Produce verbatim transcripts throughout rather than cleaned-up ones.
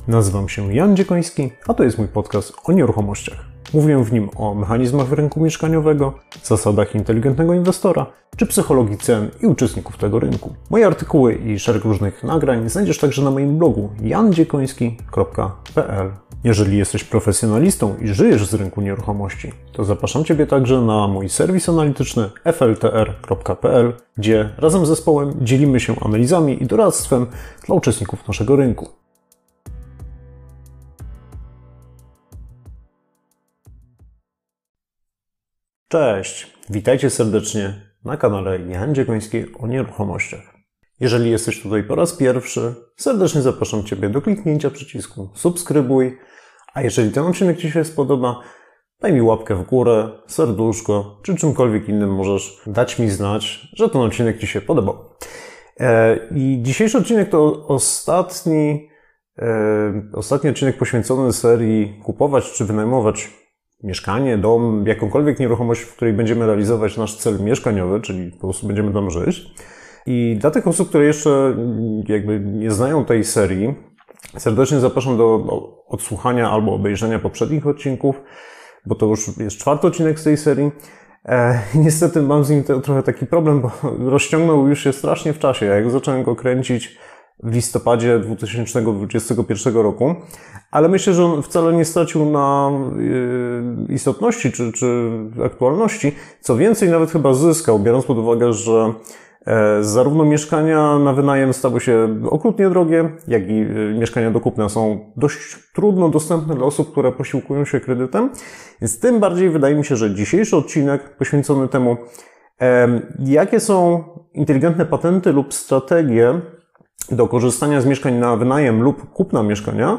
Nazywam się Jan Dziekoński, a to jest mój podcast o nieruchomościach. Mówię w nim o mechanizmach rynku mieszkaniowego, zasadach inteligentnego inwestora, czy psychologii cen i uczestników tego rynku. Moje artykuły i szereg różnych nagrań znajdziesz także na moim blogu jan dziekoński kropka p l. Jeżeli jesteś profesjonalistą i żyjesz z rynku nieruchomości, to zapraszam Ciebie także na mój serwis analityczny f l t r kropka p l, gdzie razem z zespołem dzielimy się analizami i doradztwem dla uczestników naszego rynku. Cześć, witajcie serdecznie na kanale Jan Dziekoński o nieruchomościach. Jeżeli jesteś tutaj po raz pierwszy, serdecznie zapraszam Ciebie do kliknięcia przycisku subskrybuj, a jeżeli ten odcinek Ci się spodoba, daj mi łapkę w górę, serduszko, czy czymkolwiek innym możesz dać mi znać, że ten odcinek Ci się podobał. I dzisiejszy odcinek to ostatni, ostatni odcinek poświęcony serii kupować czy wynajmować mieszkanie, dom, jakąkolwiek nieruchomość, w której będziemy realizować nasz cel mieszkaniowy, czyli po prostu będziemy tam żyć. I dla tych osób, które jeszcze jakby nie znają tej serii, serdecznie zapraszam do odsłuchania albo obejrzenia poprzednich odcinków, bo to już jest czwarty odcinek z tej serii. E, niestety mam z nim trochę taki problem, bo rozciągnął już się strasznie w czasie. Jak zacząłem go kręcić w listopadzie dwa tysiące dwudziestego pierwszego roku, ale myślę, że on wcale nie stracił na yy, istotności czy, czy aktualności. Co więcej, nawet chyba zyskał, biorąc pod uwagę, że e, zarówno mieszkania na wynajem stały się okrutnie drogie, jak i y, mieszkania do kupna są dość trudno dostępne dla osób, które posiłkują się kredytem. Więc tym bardziej wydaje mi się, że dzisiejszy odcinek poświęcony temu, e, jakie są inteligentne patenty lub strategie do korzystania z mieszkań na wynajem lub kupna mieszkania,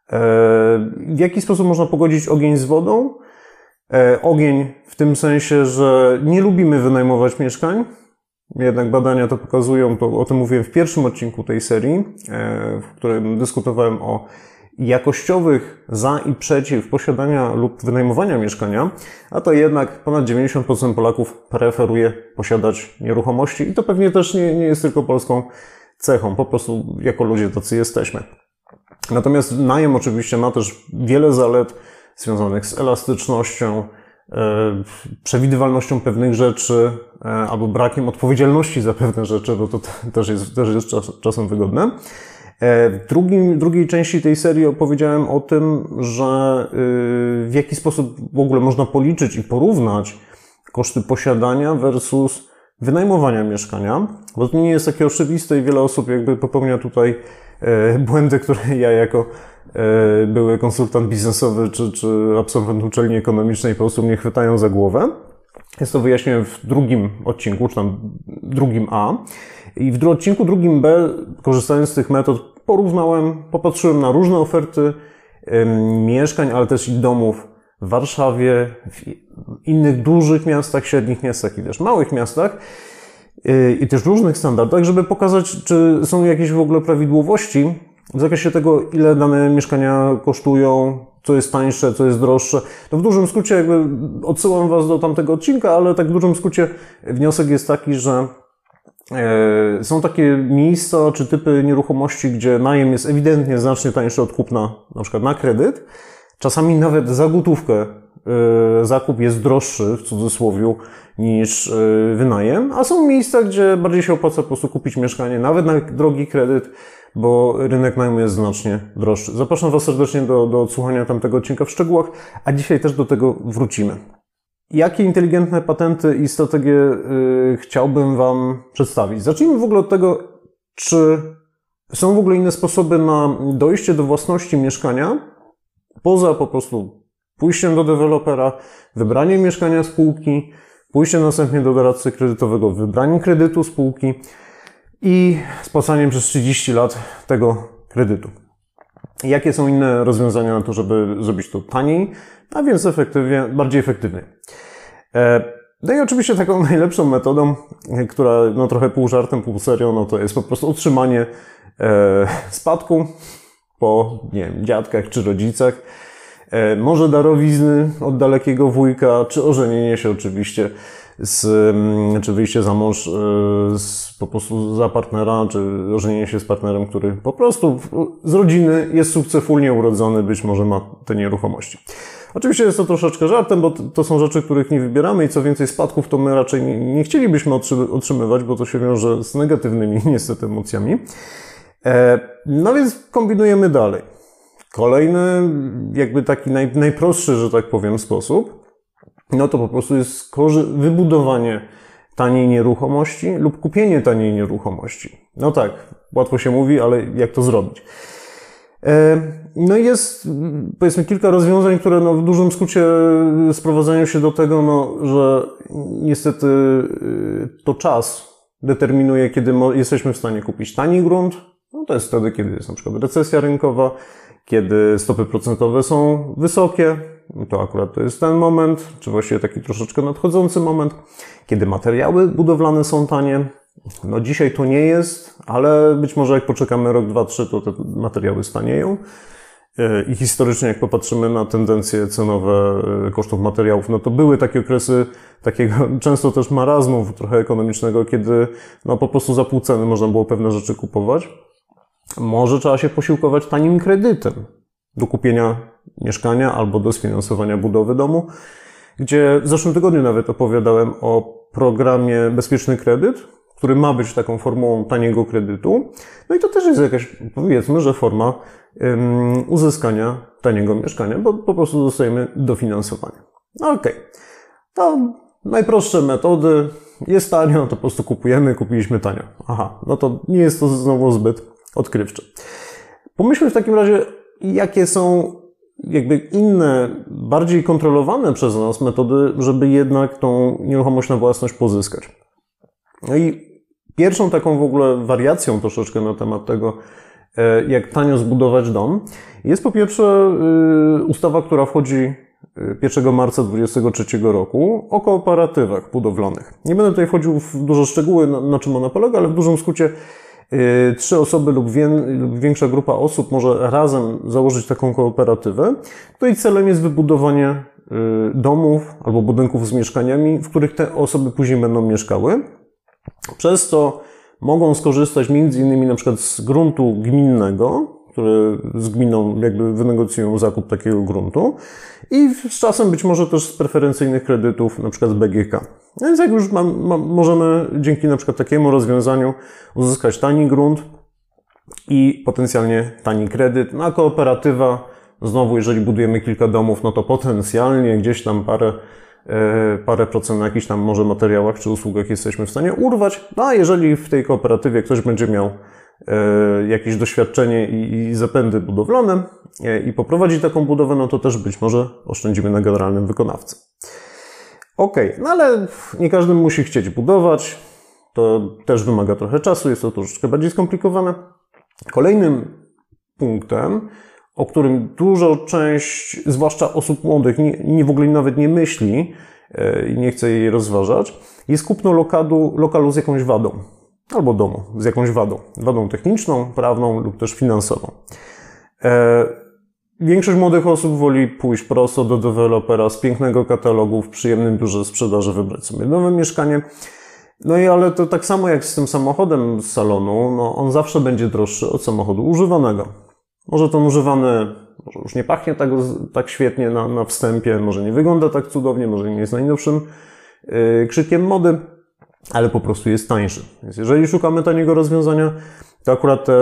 w jaki sposób można pogodzić ogień z wodą. Ogień w tym sensie, że nie lubimy wynajmować mieszkań, jednak badania to pokazują, to o tym mówiłem w pierwszym odcinku tej serii, w którym dyskutowałem o jakościowych za i przeciw posiadania lub wynajmowania mieszkania, a to jednak ponad dziewięćdziesiąt procent Polaków preferuje posiadać nieruchomości i to pewnie też nie, nie jest tylko polską cechą, po prostu jako ludzie tacy jesteśmy. Natomiast najem oczywiście ma też wiele zalet związanych z elastycznością, przewidywalnością pewnych rzeczy albo brakiem odpowiedzialności za pewne rzeczy, bo to też jest, też jest czas, czasem wygodne. W drugim, drugiej części tej serii opowiedziałem o tym, że w jaki sposób w ogóle można policzyć i porównać koszty posiadania versus wynajmowania mieszkania, bo to nie jest takie oczywiste i wiele osób jakby popełnia tutaj e, błędy, które ja jako e, były konsultant biznesowy czy, czy absolwent uczelni ekonomicznej po prostu mnie chwytają za głowę. Jest to wyjaśniłem w drugim odcinku, czy tam drugim A. I w odcinku drugim B, korzystając z tych metod, porównałem, popatrzyłem na różne oferty e, mieszkań, ale też i domów w Warszawie, w innych dużych miastach, średnich miastach i też małych miastach i też różnych standardach, żeby pokazać, czy są jakieś w ogóle prawidłowości w zakresie tego, ile dane mieszkania kosztują, co jest tańsze, co jest droższe. To w dużym skrócie jakby odsyłam Was do tamtego odcinka, ale tak w dużym skrócie wniosek jest taki, że są takie miejsca czy typy nieruchomości, gdzie najem jest ewidentnie znacznie tańszy od kupna, na przykład na kredyt. Czasami nawet za gotówkę yy, zakup jest droższy, w cudzysłowie, niż yy, wynajem, a są miejsca, gdzie bardziej się opłaca po prostu kupić mieszkanie, nawet na drogi kredyt, bo rynek najmu jest znacznie droższy. Zapraszam Was serdecznie do, do odsłuchania tamtego odcinka w szczegółach, a dzisiaj też do tego wrócimy. Jakie inteligentne patenty i strategie yy, chciałbym Wam przedstawić? Zacznijmy w ogóle od tego, czy są w ogóle inne sposoby na dojście do własności mieszkania, poza po prostu pójściem do dewelopera, wybraniem mieszkania spółki, pójściem następnie do doradcy kredytowego, wybraniem kredytu spółki i spłacaniem przez trzydzieści lat tego kredytu. Jakie są inne rozwiązania na to, żeby zrobić to taniej, a więc efektywnie, bardziej efektywnie. No i oczywiście taką najlepszą metodą, która no trochę pół żartem, pół serio, no to jest po prostu utrzymanie spadku po, nie wiem, dziadkach czy rodzicach, e, może darowizny od dalekiego wujka, czy ożenienie się oczywiście z, czy wyjście za mąż z, po prostu za partnera, czy ożenienie się z partnerem, który po prostu z rodziny jest sukcesywnie urodzony, być może ma te nieruchomości. Oczywiście jest to troszeczkę żartem, bo to są rzeczy, których nie wybieramy i co więcej spadków to my raczej nie, nie chcielibyśmy otrzymywać, bo to się wiąże z negatywnymi niestety emocjami. No więc kombinujemy dalej. Kolejny, jakby taki naj, najprostszy, że tak powiem, sposób, no to po prostu jest wybudowanie taniej nieruchomości lub kupienie taniej nieruchomości. No tak, łatwo się mówi, ale jak to zrobić? No i jest, powiedzmy, kilka rozwiązań, które no w dużym skrócie sprowadzają się do tego, no, że niestety to czas determinuje, kiedy jesteśmy w stanie kupić tani grunt. No to jest wtedy, kiedy jest na przykład recesja rynkowa, kiedy stopy procentowe są wysokie, to akurat to jest ten moment, czy właściwie taki troszeczkę nadchodzący moment, kiedy materiały budowlane są tanie. No dzisiaj to nie jest, ale być może jak poczekamy rok, dwa, trzy, to te materiały stanieją. I historycznie, jak popatrzymy na tendencje cenowe kosztów materiałów, no to były takie okresy takiego często też marazmu trochę ekonomicznego, kiedy no po prostu za pół ceny można było pewne rzeczy kupować. Może trzeba się posiłkować tanim kredytem do kupienia mieszkania albo do sfinansowania budowy domu, gdzie w zeszłym tygodniu nawet opowiadałem o programie Bezpieczny Kredyt, który ma być taką formułą taniego kredytu. No i to też jest jakaś, powiedzmy, że forma um, uzyskania taniego mieszkania, bo po prostu dostajemy dofinansowanie. No okej. Okay. To najprostsze metody. Jest tanio, to po prostu kupujemy, kupiliśmy tanio. Aha, no to nie jest to znowu zbyt odkrywcze. Pomyślmy w takim razie, jakie są jakby inne, bardziej kontrolowane przez nas metody, żeby jednak tą nieruchomość na własność pozyskać. No i pierwszą taką w ogóle wariacją troszeczkę na temat tego, jak tanio zbudować dom, jest po pierwsze ustawa, która wchodzi pierwszego marca dwudziestego trzeciego roku o kooperatywach budowlanych. Nie będę tutaj wchodził w duże szczegóły, na, na czym ona polega, ale w dużym skrócie yy, trzy osoby lub, wie, lub większa grupa osób może razem założyć taką kooperatywę, której celem jest wybudowanie yy, domów albo budynków z mieszkaniami, w których te osoby później będą mieszkały. Przez co mogą skorzystać między innymi na przykład z gruntu gminnego, które z gminą jakby wynegocjują zakup takiego gruntu i z czasem być może też z preferencyjnych kredytów, na przykład z B G K. No więc jak już mam, mam, możemy dzięki na przykład takiemu rozwiązaniu uzyskać tani grunt i potencjalnie tani kredyt. No a kooperatywa, znowu jeżeli budujemy kilka domów, no to potencjalnie gdzieś tam parę parę procent na jakichś tam może materiałach czy usługach jesteśmy w stanie urwać. No a jeżeli w tej kooperatywie ktoś będzie miał jakieś doświadczenie i, i zapędy budowlane i poprowadzi taką budowę, no to też być może oszczędzimy na generalnym wykonawcy. Okej, okay, no ale nie każdy musi chcieć budować. To też wymaga trochę czasu, jest to troszeczkę bardziej skomplikowane. Kolejnym punktem, o którym dużo część, zwłaszcza osób młodych, nie, nie w ogóle nawet nie myśli i nie chce jej rozważać, jest kupno lokalu, lokalu z jakąś wadą. Albo domu z jakąś wadą. Wadą techniczną, prawną lub też finansową. E, większość młodych osób woli pójść prosto do dewelopera z pięknego katalogu, w przyjemnym biurze sprzedaży wybrać sobie nowe mieszkanie. No i ale to tak samo jak z tym samochodem z salonu, no on zawsze będzie droższy od samochodu używanego. Może ten używany, może już nie pachnie tak, tak świetnie na, na wstępie, może nie wygląda tak cudownie, może nie jest najnowszym yy, krzykiem mody, ale po prostu jest tańszy. Więc jeżeli szukamy taniego rozwiązania, to akurat te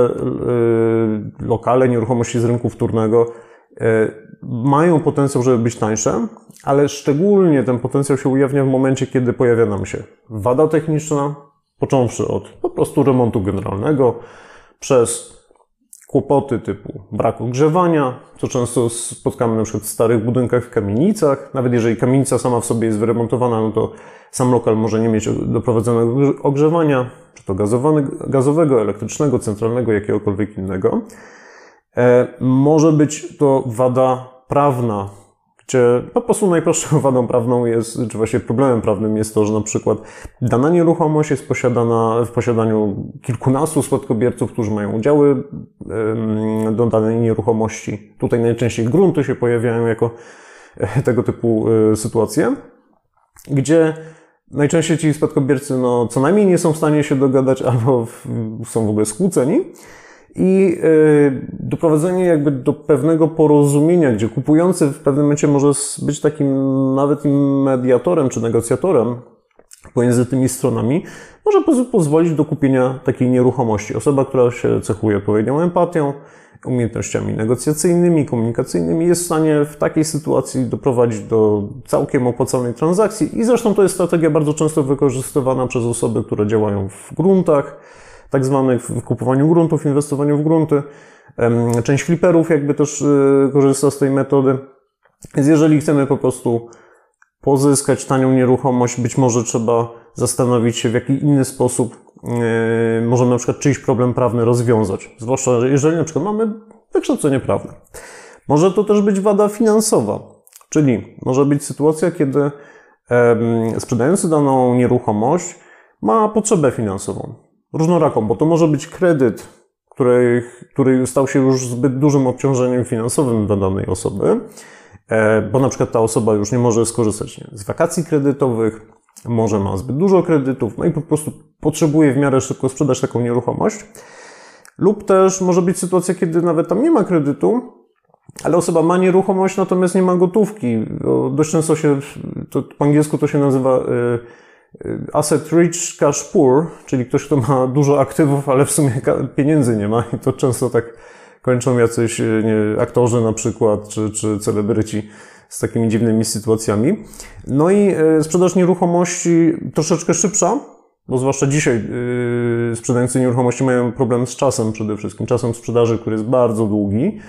yy, lokale, nieruchomości z rynku wtórnego yy, mają potencjał, żeby być tańsze, ale szczególnie ten potencjał się ujawnia w momencie, kiedy pojawia nam się wada techniczna, począwszy od po prostu remontu generalnego, przez kłopoty typu brak ogrzewania, co często spotkamy na przykład w starych budynkach w kamienicach. Nawet jeżeli kamienica sama w sobie jest wyremontowana, no to sam lokal może nie mieć doprowadzonego ogrzewania, czy to gazowego, elektrycznego, centralnego, jakiegokolwiek innego. E, może być to wada prawna, gdzie po prostu najprostszą wadą prawną jest, czy właściwie problemem prawnym jest to, że na przykład dana nieruchomość jest posiadana w posiadaniu kilkunastu spadkobierców, którzy mają udziały do danej nieruchomości. Tutaj najczęściej grunty się pojawiają jako tego typu sytuacje, gdzie Najczęściej ci spadkobiercy no, co najmniej nie są w stanie się dogadać albo w, są w ogóle skłóceni. I yy, doprowadzenie jakby do pewnego porozumienia, gdzie kupujący w pewnym momencie może być takim nawet mediatorem czy negocjatorem pomiędzy tymi stronami, może pozwolić do kupienia takiej nieruchomości. Osoba, która się cechuje odpowiednią empatią, umiejętnościami negocjacyjnymi, komunikacyjnymi, jest w stanie w takiej sytuacji doprowadzić do całkiem opłacalnej transakcji i zresztą to jest strategia bardzo często wykorzystywana przez osoby, które działają w gruntach, tak zwanych w kupowaniu gruntów, inwestowaniu w grunty. Część fliperów jakby też korzysta z tej metody. Więc jeżeli chcemy po prostu pozyskać tanią nieruchomość, być może trzeba zastanowić się, w jaki inny sposób yy, możemy na przykład czyjś problem prawny rozwiązać. Zwłaszcza jeżeli na przykład mamy wykształcenie prawne. Może to też być wada finansowa, czyli może być sytuacja, kiedy yy, sprzedający daną nieruchomość ma potrzebę finansową. Różnoraką, bo to może być kredyt, który, który stał się już zbyt dużym obciążeniem finansowym dla danej osoby, bo na przykład ta osoba już nie może skorzystać nie, z wakacji kredytowych, może ma zbyt dużo kredytów, no i po prostu potrzebuje w miarę szybko sprzedać taką nieruchomość. Lub też może być sytuacja, kiedy nawet tam nie ma kredytu, ale osoba ma nieruchomość, natomiast nie ma gotówki. Dość często się, to po angielsku to się nazywa asset rich, cash poor, czyli ktoś, kto ma dużo aktywów, ale w sumie pieniędzy nie ma i to często tak kończą jacyś nie, aktorzy na przykład, czy, czy celebryci z takimi dziwnymi sytuacjami. No i y, sprzedaż nieruchomości troszeczkę szybsza, bo zwłaszcza dzisiaj y, sprzedający nieruchomości mają problem z czasem przede wszystkim, czasem sprzedaży, który jest bardzo długi.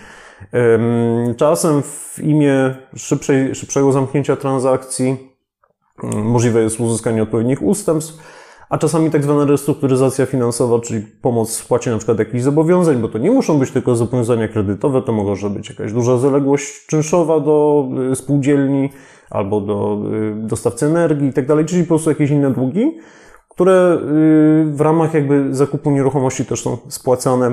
Y, czasem w imię szybszej, szybszego zamknięcia transakcji y, możliwe jest uzyskanie odpowiednich ustępstw, a czasami tak zwana restrukturyzacja finansowa, czyli pomoc w spłacie na przykład jakichś zobowiązań, bo to nie muszą być tylko zobowiązania kredytowe, to może być jakaś duża zaległość czynszowa do spółdzielni albo do dostawcy energii i tak dalej, czyli po prostu jakieś inne długi, które w ramach jakby zakupu nieruchomości też są spłacane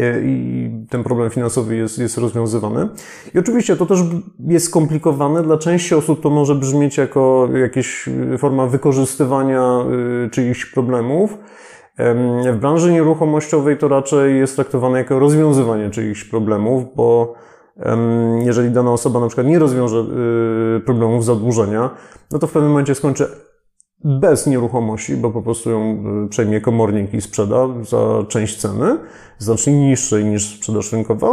i ten problem finansowy jest, jest rozwiązywany. I oczywiście to też jest skomplikowane. Dla części osób to może brzmieć jako jakaś forma wykorzystywania czyichś problemów. W branży nieruchomościowej to raczej jest traktowane jako rozwiązywanie czyichś problemów, bo jeżeli dana osoba na przykład nie rozwiąże problemów zadłużenia, no to w pewnym momencie skończy bez nieruchomości, bo po prostu ją przejmie komornik i sprzeda za część ceny, znacznie niższej niż sprzedaż rynkowa.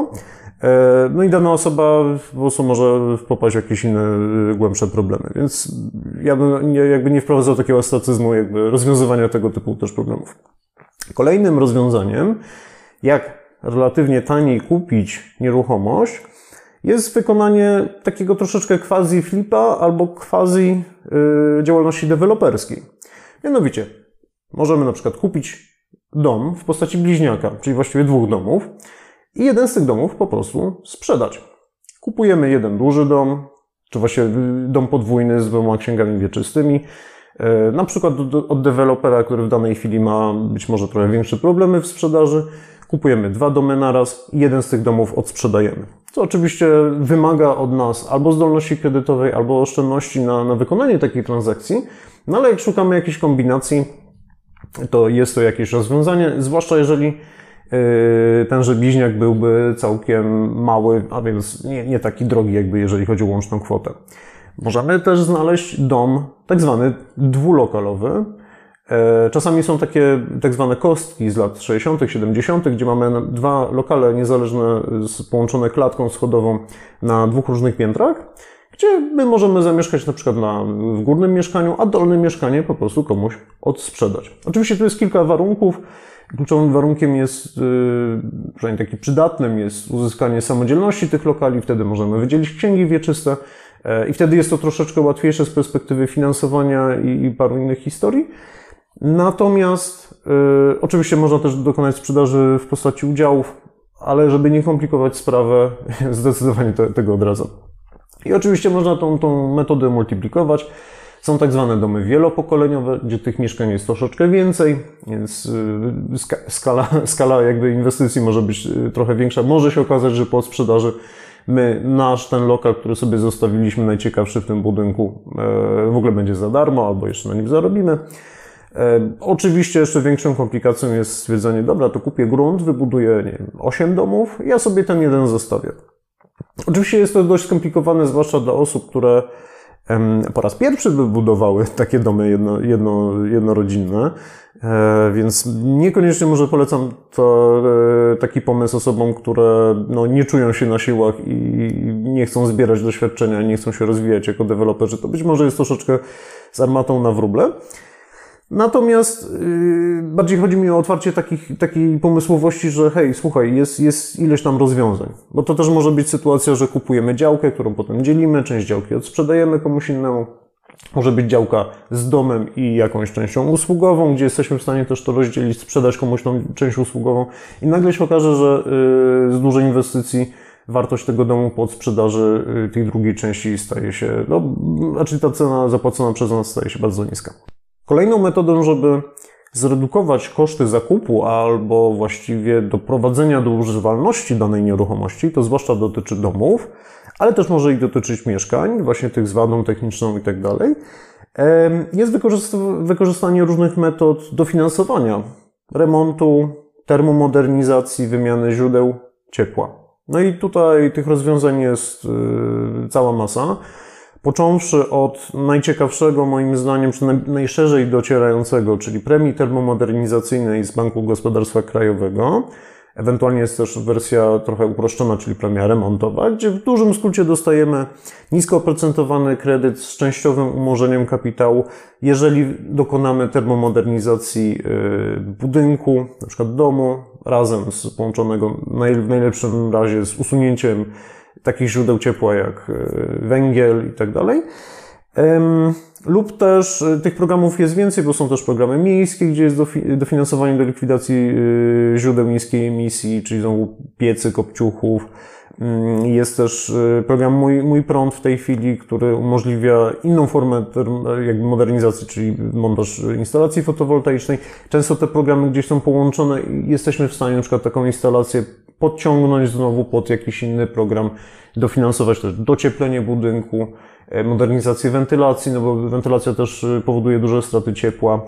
No i dana osoba po prostu może popaść w jakieś inne, głębsze problemy. Więc ja bym nie, jakby nie wprowadzał takiego ascetyzmu, jakby rozwiązywania tego typu też problemów. Kolejnym rozwiązaniem, jak relatywnie taniej kupić nieruchomość, jest wykonanie takiego troszeczkę quasi flipa albo quasi yy, działalności deweloperskiej. Mianowicie, możemy na przykład kupić dom w postaci bliźniaka, czyli właściwie dwóch domów i jeden z tych domów po prostu sprzedać. Kupujemy jeden duży dom, czy właściwie dom podwójny z dwoma księgami wieczystymi, yy, na przykład od dewelopera, który w danej chwili ma być może trochę większe problemy w sprzedaży. Kupujemy dwa domy naraz i jeden z tych domów odsprzedajemy. Co oczywiście wymaga od nas albo zdolności kredytowej, albo oszczędności na, na wykonanie takiej transakcji. No ale jak szukamy jakiejś kombinacji, to jest to jakieś rozwiązanie, zwłaszcza jeżeli yy, tenże bliźniak byłby całkiem mały, a więc nie, nie taki drogi, jakby jeżeli chodzi o łączną kwotę. Możemy też znaleźć dom tak zwany dwulokalowy. Czasami są takie tak zwane kostki z lat sześćdziesiątych, siedemdziesiątych, gdzie mamy dwa lokale niezależne połączone klatką schodową na dwóch różnych piętrach, gdzie my możemy zamieszkać na przykład na, w górnym mieszkaniu, a dolne mieszkanie po prostu komuś odsprzedać. Oczywiście tu jest kilka warunków. Kluczowym warunkiem jest, przynajmniej taki przydatnym, jest uzyskanie samodzielności tych lokali, wtedy możemy wydzielić księgi wieczyste i wtedy jest to troszeczkę łatwiejsze z perspektywy finansowania i, i paru innych historii. Natomiast y, oczywiście można też dokonać sprzedaży w postaci udziałów, ale żeby nie komplikować sprawę, zdecydowanie te, tego odradzam. I oczywiście można tą, tą metodę multiplikować. Są tak zwane domy wielopokoleniowe, gdzie tych mieszkań jest troszeczkę więcej, więc y, ska, skala, skala jakby inwestycji może być trochę większa. Może się okazać, że po sprzedaży my, nasz ten lokal, który sobie zostawiliśmy, najciekawszy w tym budynku, w ogóle będzie za darmo, albo jeszcze na nim zarobimy. Oczywiście jeszcze większą komplikacją jest stwierdzenie, dobra, to kupię grunt, wybuduję, nie wiem, osiem domów, ja sobie ten jeden zostawię. Oczywiście jest to dość skomplikowane, zwłaszcza dla osób, które po raz pierwszy by budowały takie domy jedno, jedno, jednorodzinne, więc niekoniecznie może polecam to, taki pomysł osobom, które no, nie czują się na siłach i nie chcą zbierać doświadczenia, nie chcą się rozwijać jako deweloperzy. To być może jest troszeczkę z armatą na wróble. Natomiast yy, bardziej chodzi mi o otwarcie takich, takiej pomysłowości, że hej, słuchaj, jest, jest ileś tam rozwiązań. Bo to też może być sytuacja, że kupujemy działkę, którą potem dzielimy, część działki odsprzedajemy komuś innemu. Może być działka z domem i jakąś częścią usługową, gdzie jesteśmy w stanie też to rozdzielić, sprzedać komuś tą część usługową i nagle się okaże, że yy, z dużej inwestycji wartość tego domu po odsprzedaży yy, tej drugiej części staje się, no, znaczy ta cena zapłacona przez nas staje się bardzo niska. Kolejną metodą, żeby zredukować koszty zakupu albo właściwie doprowadzenia do używalności danej nieruchomości, to zwłaszcza dotyczy domów, ale też może i dotyczyć mieszkań, właśnie tych z wadą techniczną i tak dalej, jest wykorzystanie różnych metod dofinansowania, remontu, termomodernizacji, wymiany źródeł ciepła. No i tutaj tych rozwiązań jest cała masa. Począwszy od najciekawszego, moim zdaniem, czy najszerzej docierającego, czyli premii termomodernizacyjnej z Banku Gospodarstwa Krajowego. Ewentualnie jest też wersja trochę uproszczona, czyli premia remontowa, gdzie w dużym skrócie dostajemy nisko oprocentowany kredyt z częściowym umorzeniem kapitału, jeżeli dokonamy termomodernizacji budynku, na przykład domu, razem z połączonego w najlepszym razie z usunięciem takich źródeł ciepła jak węgiel i tak dalej. Lub też tych programów jest więcej, bo są też programy miejskie, gdzie jest dofinansowanie do likwidacji źródeł niskiej emisji, czyli znowu piecy, kopciuchów. Jest też program Mój, Mój Prąd w tej chwili, który umożliwia inną formę jakby modernizacji, czyli montaż instalacji fotowoltaicznej. Często te programy gdzieś są połączone i jesteśmy w stanie na przykład taką instalację podciągnąć znowu pod jakiś inny program, dofinansować też docieplenie budynku, modernizację wentylacji, no bo wentylacja też powoduje duże straty ciepła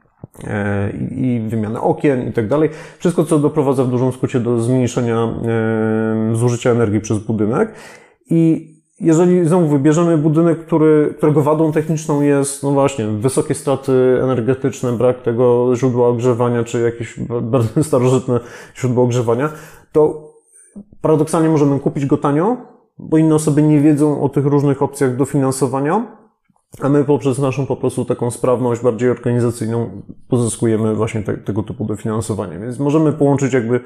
i wymianę okien i tak dalej. Wszystko, co doprowadza w dużym skrócie do zmniejszenia zużycia energii przez budynek. I jeżeli znowu wybierzemy budynek, który, którego wadą techniczną jest, no właśnie, wysokie straty energetyczne, brak tego źródła ogrzewania, czy jakieś bardzo starożytne źródło ogrzewania, to paradoksalnie możemy kupić go tanio, bo inne osoby nie wiedzą o tych różnych opcjach dofinansowania, a my poprzez naszą po prostu taką sprawność bardziej organizacyjną pozyskujemy właśnie te, tego typu dofinansowanie. Więc możemy połączyć jakby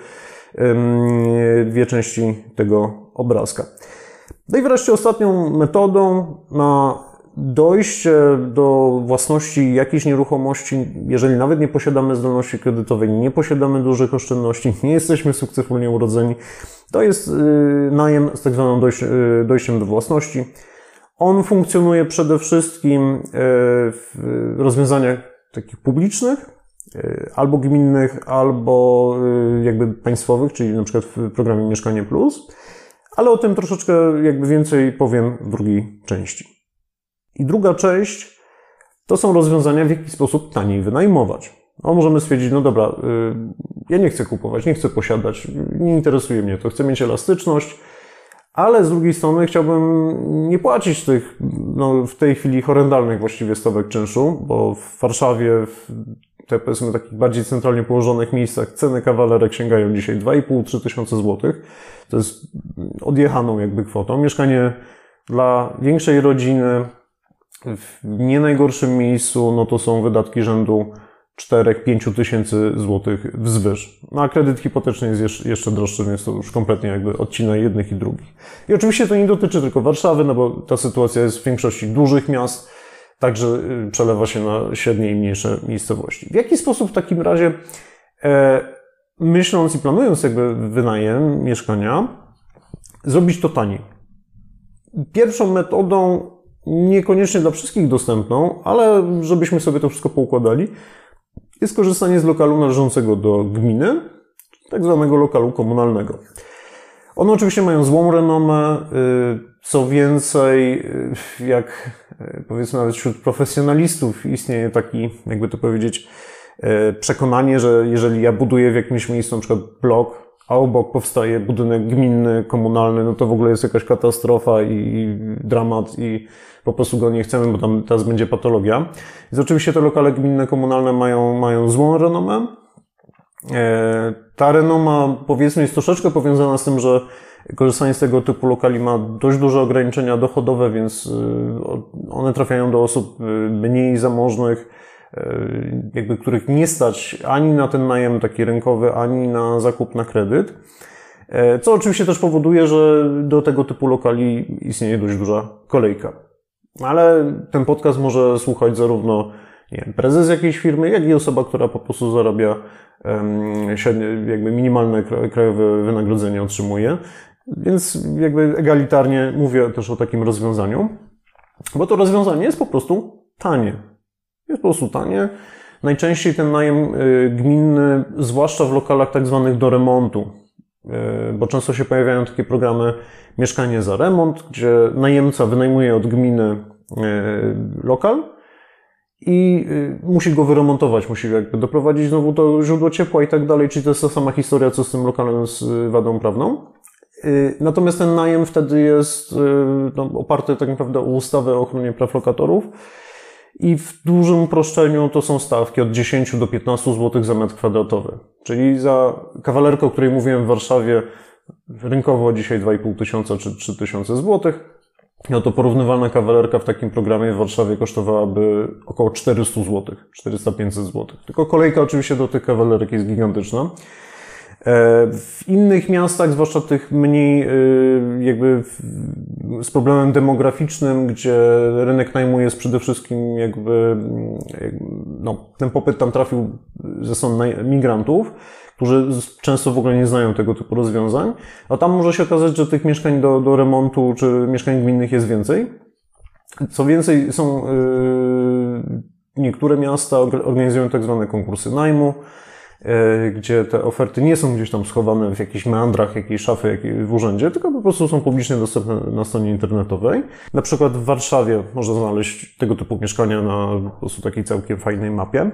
um, dwie części tego obrazka. No i wreszcie ostatnią metodą na dojście do własności jakiejś nieruchomości, jeżeli nawet nie posiadamy zdolności kredytowej, nie posiadamy dużych oszczędności, nie jesteśmy sukcesywnie urodzeni, to jest najem z tak zwanym dojściem do własności. On funkcjonuje przede wszystkim w rozwiązaniach takich publicznych, albo gminnych, albo jakby państwowych, czyli na przykład w programie Mieszkanie Plus, ale o tym troszeczkę jakby więcej powiem w drugiej części. I druga część to są rozwiązania, w jaki sposób taniej wynajmować. No, możemy stwierdzić, no dobra, ja nie chcę kupować, nie chcę posiadać, nie interesuje mnie to, chcę mieć elastyczność, ale z drugiej strony chciałbym nie płacić tych, no w tej chwili horrendalnych właściwie stawek czynszu, bo w Warszawie, w te powiedzmy takich bardziej centralnie położonych miejscach ceny kawalerek sięgają dzisiaj dwa i pół do trzech tysięcy złotych. To jest odjechaną jakby kwotą. Mieszkanie dla większej rodziny w nie najgorszym miejscu, no to są wydatki rzędu cztery do pięciu tysięcy złotych wzwyż. No a kredyt hipoteczny jest jeszcze droższy, więc to już kompletnie jakby odcina jednych i drugich. I oczywiście to nie dotyczy tylko Warszawy, no bo ta sytuacja jest w większości dużych miast, także przelewa się na średnie i mniejsze miejscowości. W jaki sposób w takim razie, e, myśląc i planując jakby wynajem mieszkania, zrobić to taniej? Pierwszą metodą, niekoniecznie dla wszystkich dostępną, ale żebyśmy sobie to wszystko poukładali, jest korzystanie z lokalu należącego do gminy, tak zwanego lokalu komunalnego. One oczywiście mają złą renomę, co więcej, jak powiedzmy nawet wśród profesjonalistów istnieje taki, jakby to powiedzieć, przekonanie, że jeżeli ja buduję w jakimś miejscu na przykład blok, a obok powstaje budynek gminny, komunalny, no to w ogóle jest jakaś katastrofa i dramat i po prostu go nie chcemy, bo tam teraz będzie patologia. Więc oczywiście te lokale gminne, komunalne mają, mają złą renomę. Ta renoma, powiedzmy, jest troszeczkę powiązana z tym, że korzystanie z tego typu lokali ma dość duże ograniczenia dochodowe, więc one trafiają do osób mniej zamożnych, jakby których nie stać ani na ten najem taki rynkowy, ani na zakup na kredyt. Co oczywiście też powoduje, że do tego typu lokali istnieje dość duża kolejka. Ale ten podcast może słuchać zarówno, nie wiem, prezes jakiejś firmy, jak i osoba, która po prostu zarabia średnie, jakby minimalne krajowe wynagrodzenie otrzymuje. Więc jakby egalitarnie mówię też o takim rozwiązaniu, bo to rozwiązanie jest po prostu tanie. Jest po prostu tanie. Najczęściej ten najem gminny, zwłaszcza w lokalach tak zwanych do remontu, bo często się pojawiają takie programy mieszkanie za remont, gdzie najemca wynajmuje od gminy lokal i musi go wyremontować, musi jakby doprowadzić znowu do źródła ciepła i tak dalej, czyli to jest ta sama historia, co z tym lokalem z wadą prawną. Natomiast ten najem wtedy jest no, oparty tak naprawdę o ustawę o ochronie praw lokatorów i w dużym uproszczeniu to są stawki od dziesięć do piętnastu złotych za metr kwadratowy. Czyli za kawalerkę, o której mówiłem w Warszawie, rynkowo dzisiaj dwa i pół tysiąca czy trzy tysiące złotych, no to porównywalna kawalerka w takim programie w Warszawie kosztowałaby około czterysta złotych, czterysta do pięciuset złotych. Tylko kolejka oczywiście do tych kawalerek jest gigantyczna. W innych miastach, zwłaszcza tych mniej jakby z problemem demograficznym, gdzie rynek najmu jest przede wszystkim jakby, no, ten popyt tam trafił ze strony migrantów, którzy często w ogóle nie znają tego typu rozwiązań, a tam może się okazać, że tych mieszkań do, do remontu czy mieszkań gminnych jest więcej. Co więcej, są yy, niektóre miasta organizują tak zwane konkursy najmu, gdzie te oferty nie są gdzieś tam schowane w jakichś meandrach, jakiejś szafy w urzędzie, tylko po prostu są publicznie dostępne na stronie internetowej. Na przykład w Warszawie można znaleźć tego typu mieszkania na po prostu takiej całkiem fajnej mapie.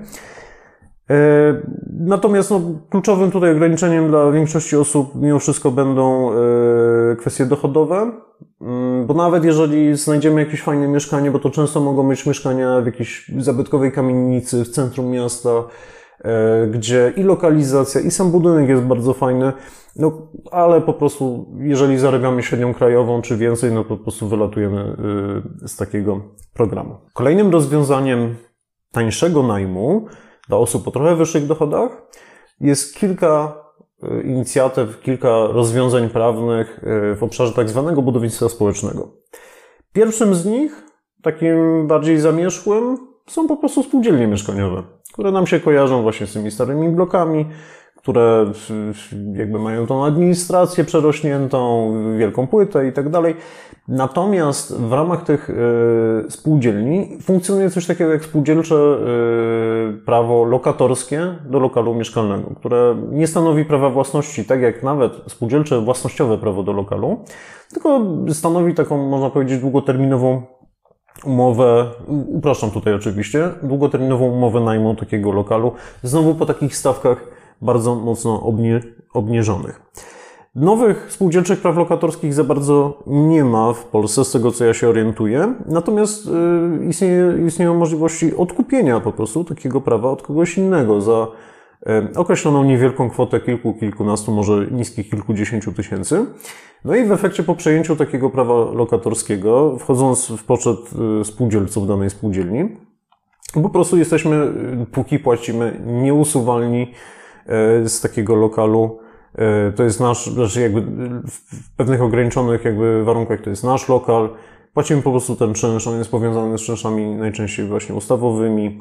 Natomiast no, kluczowym tutaj ograniczeniem dla większości osób mimo wszystko będą kwestie dochodowe, bo nawet jeżeli znajdziemy jakieś fajne mieszkanie, bo to często mogą być mieszkania w jakiejś zabytkowej kamienicy w centrum miasta, gdzie i lokalizacja, i sam budynek jest bardzo fajny, no ale po prostu jeżeli zarabiamy średnią krajową czy więcej, no to po prostu wylatujemy z takiego programu. Kolejnym rozwiązaniem tańszego najmu dla osób o trochę wyższych dochodach jest kilka inicjatyw, kilka rozwiązań prawnych w obszarze tak zwanego budownictwa społecznego. Pierwszym z nich, takim bardziej zamierzchłym, są po prostu spółdzielnie mieszkaniowe, które nam się kojarzą właśnie z tymi starymi blokami, które jakby mają tą administrację przerośniętą, wielką płytę i tak dalej. Natomiast w ramach tych spółdzielni funkcjonuje coś takiego jak spółdzielcze prawo lokatorskie do lokalu mieszkalnego, które nie stanowi prawa własności, tak jak nawet spółdzielcze własnościowe prawo do lokalu, tylko stanowi taką, można powiedzieć, długoterminową umowę, upraszczam tutaj oczywiście, długoterminową umowę najmu takiego lokalu, znowu po takich stawkach bardzo mocno obni- obniżonych. Nowych spółdzielczych praw lokatorskich za bardzo nie ma w Polsce, z tego co ja się orientuję, natomiast yy, istnieje, istnieją możliwości odkupienia po prostu takiego prawa od kogoś innego za yy, określoną niewielką kwotę kilku, kilkunastu, może niskich kilkudziesięciu tysięcy. No i w efekcie po przejęciu takiego prawa lokatorskiego, wchodząc w poczet spółdzielców danej spółdzielni, po prostu jesteśmy, póki płacimy, nieusuwalni z takiego lokalu. To jest nasz, znaczy jakby w pewnych ograniczonych jakby warunkach to jest nasz lokal. Płacimy po prostu ten czynsz, on jest powiązany z czynszami najczęściej właśnie ustawowymi.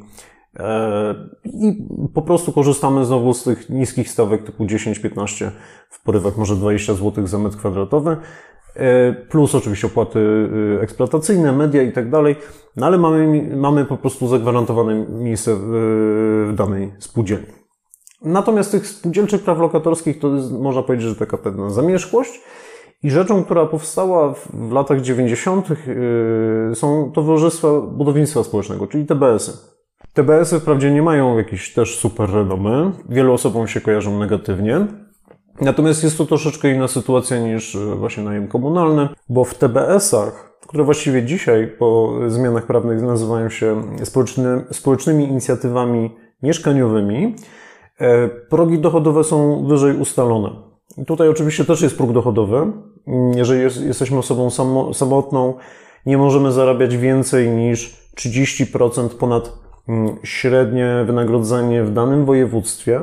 I po prostu korzystamy znowu z tych niskich stawek typu dziesięć piętnaście, w porywach może dwadzieścia złotych za metr kwadratowy, plus oczywiście opłaty eksploatacyjne, media i tak dalej, no ale mamy, mamy po prostu zagwarantowane miejsce w, w danej spółdzielni. Natomiast tych spółdzielczych praw lokatorskich to jest, można powiedzieć, że taka pewna zamierzchłość I rzeczą, która powstała w latach dziewięćdziesiątych są towarzystwa budownictwa społecznego, czyli T B S-y. T B S-y wprawdzie nie mają jakiejś też super renomy, wielu osobom się kojarzą negatywnie, natomiast jest to troszeczkę inna sytuacja niż właśnie najem komunalny, bo w T B S-ach, które właściwie dzisiaj po zmianach prawnych nazywają się społeczny, społecznymi inicjatywami mieszkaniowymi, progi dochodowe są wyżej ustalone. I tutaj oczywiście też jest próg dochodowy. Jeżeli jest, jesteśmy osobą samo, samotną, nie możemy zarabiać więcej niż trzydzieści procent ponad średnie wynagrodzenie w danym województwie.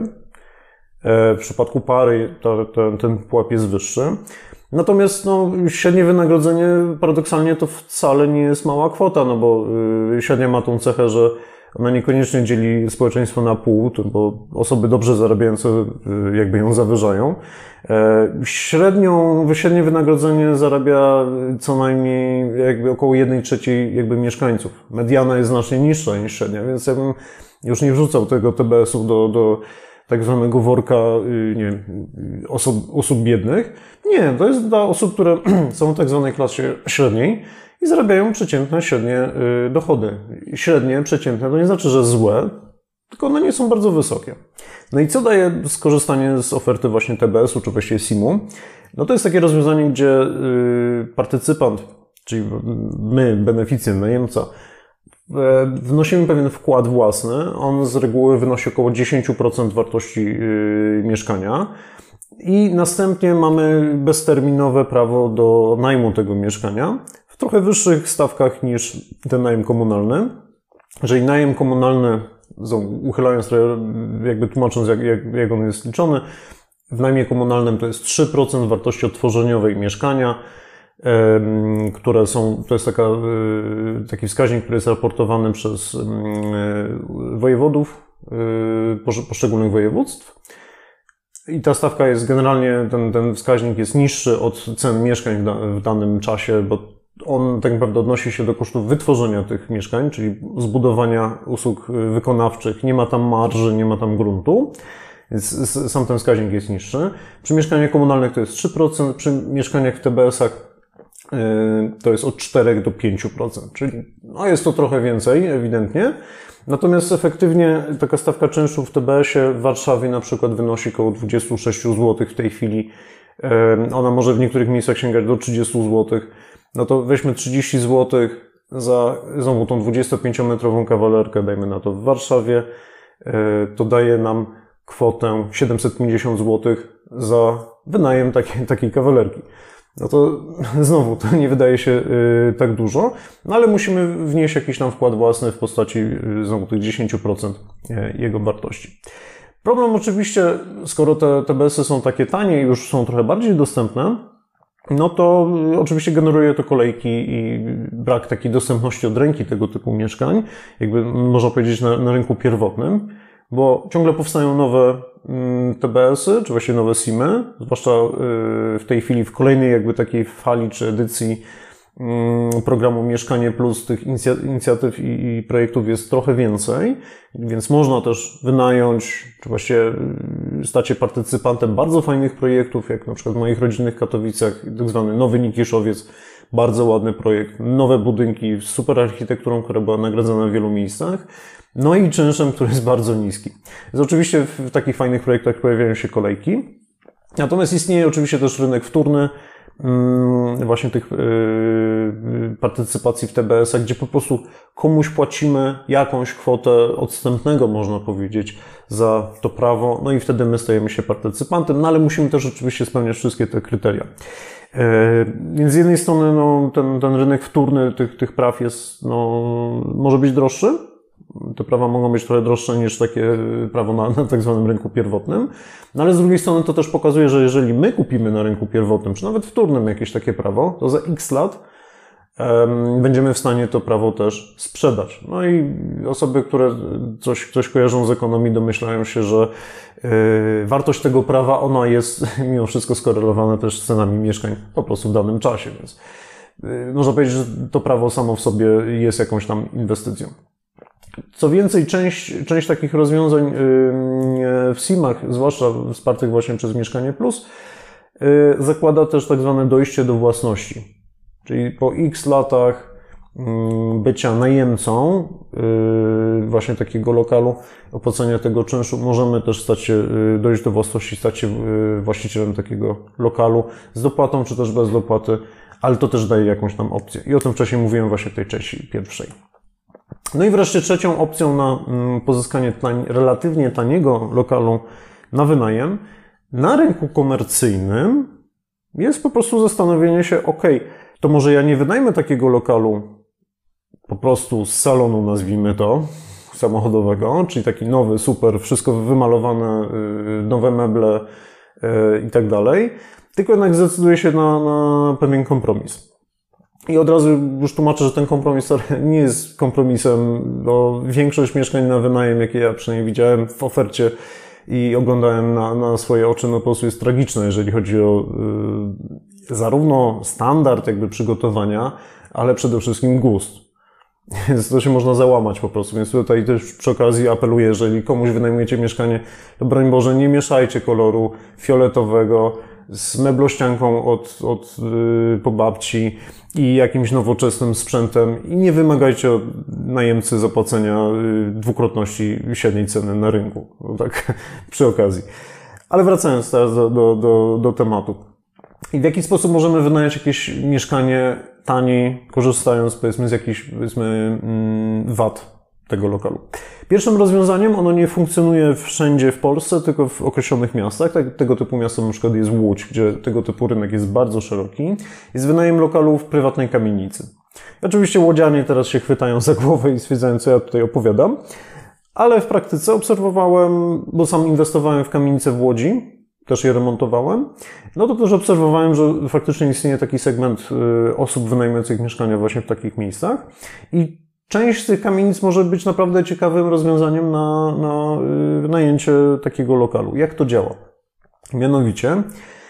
W przypadku pary to, to, ten pułap jest wyższy. Natomiast no, średnie wynagrodzenie paradoksalnie to wcale nie jest mała kwota, no bo yy, średnia ma tą cechę, że ona niekoniecznie dzieli społeczeństwo na pół, bo osoby dobrze zarabiające yy, jakby ją zawyżają. Yy, średnią, średnie wynagrodzenie zarabia co najmniej jakby około jednej trzeciej jakby mieszkańców. Mediana jest znacznie niższa niż średnia, więc ja bym już nie wrzucał tego T B S-u do, do tak zwanego worka nie wiem, osób, osób biednych. Nie, to jest dla osób, które są w tak zwanej klasie średniej i zarabiają przeciętne, średnie dochody. Średnie, przeciętne to nie znaczy, że złe, tylko one nie są bardzo wysokie. No i co daje skorzystanie z oferty właśnie T B S-u, czy właściwie S I M-u? No to jest takie rozwiązanie, gdzie partycypant, czyli my, beneficjent, najemca, wnosimy pewien wkład własny, on z reguły wynosi około dziesięć procent wartości yy, mieszkania i następnie mamy bezterminowe prawo do najmu tego mieszkania w trochę wyższych stawkach niż ten najem komunalny. Jeżeli najem komunalny, uchylając trochę, jakby tłumacząc jak, jak, jak on jest liczony, w najmie komunalnym to jest trzy procent wartości odtworzeniowej mieszkania, które są, to jest taka, taki wskaźnik, który jest raportowany przez wojewodów poszczególnych województw. I ta stawka jest generalnie, ten, ten wskaźnik jest niższy od cen mieszkań w, da, w danym czasie, bo on tak naprawdę odnosi się do kosztów wytworzenia tych mieszkań, czyli zbudowania usług wykonawczych. Nie ma tam marży, nie ma tam gruntu, więc sam ten wskaźnik jest niższy. Przy mieszkaniach komunalnych to jest trzy procent, przy mieszkaniach w T B S-ach to jest od cztery do pięciu procent, czyli no jest to trochę więcej, ewidentnie. Natomiast efektywnie taka stawka czynszu w T B S-ie w Warszawie na przykład wynosi około dwadzieścia sześć złotych w tej chwili. Ona może w niektórych miejscach sięgać do trzydzieści złotych. No to weźmy trzydzieści złotych za znowu tą dwudziestopięciometrową kawalerkę, dajmy na to w Warszawie. To daje nam kwotę siedemset pięćdziesiąt złotych za wynajem takiej, takiej kawalerki. No to znowu, to nie wydaje się y, tak dużo, no ale musimy wnieść jakiś tam wkład własny w postaci y, znowu tych dziesięć procent jego wartości. Problem oczywiście, skoro te T B S-y są takie tanie i już są trochę bardziej dostępne, no to y, oczywiście generuje to kolejki i brak takiej dostępności od ręki tego typu mieszkań, jakby można powiedzieć na, na rynku pierwotnym, bo ciągle powstają nowe T B S-y, czy właściwie nowe S I M-y, zwłaszcza w tej chwili w kolejnej jakby takiej fali czy edycji programu Mieszkanie Plus tych inicjatyw i projektów jest trochę więcej, więc można też wynająć, czy właściwie stać się partycypantem bardzo fajnych projektów, jak na przykład w moich rodzinnych Katowicach, tak zwany Nowy Nikiszowiec, bardzo ładny projekt, nowe budynki z super architekturą, która była nagradzana w wielu miejscach. No i czynszem, który jest bardzo niski. Więc oczywiście w takich fajnych projektach pojawiają się kolejki. Natomiast istnieje oczywiście też rynek wtórny właśnie tych partycypacji w T B S-ach, gdzie po prostu komuś płacimy jakąś kwotę odstępnego, można powiedzieć, za to prawo, no i wtedy my stajemy się partycypantem, no ale musimy też oczywiście spełniać wszystkie te kryteria. Więc z jednej strony no, ten, ten rynek wtórny tych, tych praw jest, no, może być droższy. Te prawa mogą być trochę droższe niż takie prawo na, na tak zwanym rynku pierwotnym. No ale z drugiej strony to też pokazuje, że jeżeli my kupimy na rynku pierwotnym, czy nawet wtórnym jakieś takie prawo, to za X lat um, będziemy w stanie to prawo też sprzedać. No i osoby, które coś, coś kojarzą z ekonomii, domyślają się, że yy, wartość tego prawa, ona jest mimo wszystko skorelowana też z cenami mieszkań po prostu w danym czasie. Więc yy, można powiedzieć, że to prawo samo w sobie jest jakąś tam inwestycją. Co więcej, część, część takich rozwiązań w S I M-ach, zwłaszcza wspartych właśnie przez Mieszkanie Plus, zakłada też tak zwane dojście do własności. Czyli po X latach bycia najemcą właśnie takiego lokalu, opłacenia tego czynszu, możemy też stać się, dojść do własności, stać się właścicielem takiego lokalu z dopłatą, czy też bez dopłaty, ale to też daje jakąś tam opcję. I o tym wcześniej mówiłem właśnie w tej części pierwszej. No i wreszcie trzecią opcją na pozyskanie tań, relatywnie taniego lokalu na wynajem na rynku komercyjnym jest po prostu zastanowienie się, ok, to może ja nie wynajmę takiego lokalu po prostu z salonu, nazwijmy to, samochodowego, czyli taki nowy, super, wszystko wymalowane, nowe meble i tak dalej, tylko jednak zdecyduję się na, na pewien kompromis. I od razu już tłumaczę, że ten kompromis nie jest kompromisem, bo większość mieszkań na wynajem, jakie ja przynajmniej widziałem w ofercie i oglądałem na, na swoje oczy, no po prostu jest tragiczne, jeżeli chodzi o y, zarówno standard jakby przygotowania, ale przede wszystkim gust. Więc to się można załamać po prostu. Więc tutaj też przy okazji apeluję, jeżeli komuś wynajmujecie mieszkanie, to broń Boże, nie mieszajcie koloru fioletowego z meblościanką od, od yy, po babci i jakimś nowoczesnym sprzętem i nie wymagajcie od najemcy zapłacenia yy, dwukrotności średniej ceny na rynku. No tak przy okazji. Ale wracając teraz do, do, do, do tematu. I w jaki sposób możemy wynająć jakieś mieszkanie taniej, korzystając powiedzmy z jakichś powiedzmy wad tego lokalu. Pierwszym rozwiązaniem, ono nie funkcjonuje wszędzie w Polsce, tylko w określonych miastach. Tak, tego typu miastem na przykład jest Łódź, gdzie tego typu rynek jest bardzo szeroki. Jest wynajem lokalu w prywatnej kamienicy. I oczywiście łodzianie teraz się chwytają za głowę i stwierdzają, co ja tutaj opowiadam, ale w praktyce obserwowałem, bo sam inwestowałem w kamienice w Łodzi, też je remontowałem, no to też obserwowałem, że faktycznie istnieje taki segment osób wynajmujących mieszkania właśnie w takich miejscach i część z tych kamienic może być naprawdę ciekawym rozwiązaniem na, na wynajęcie takiego lokalu. Jak to działa? Mianowicie,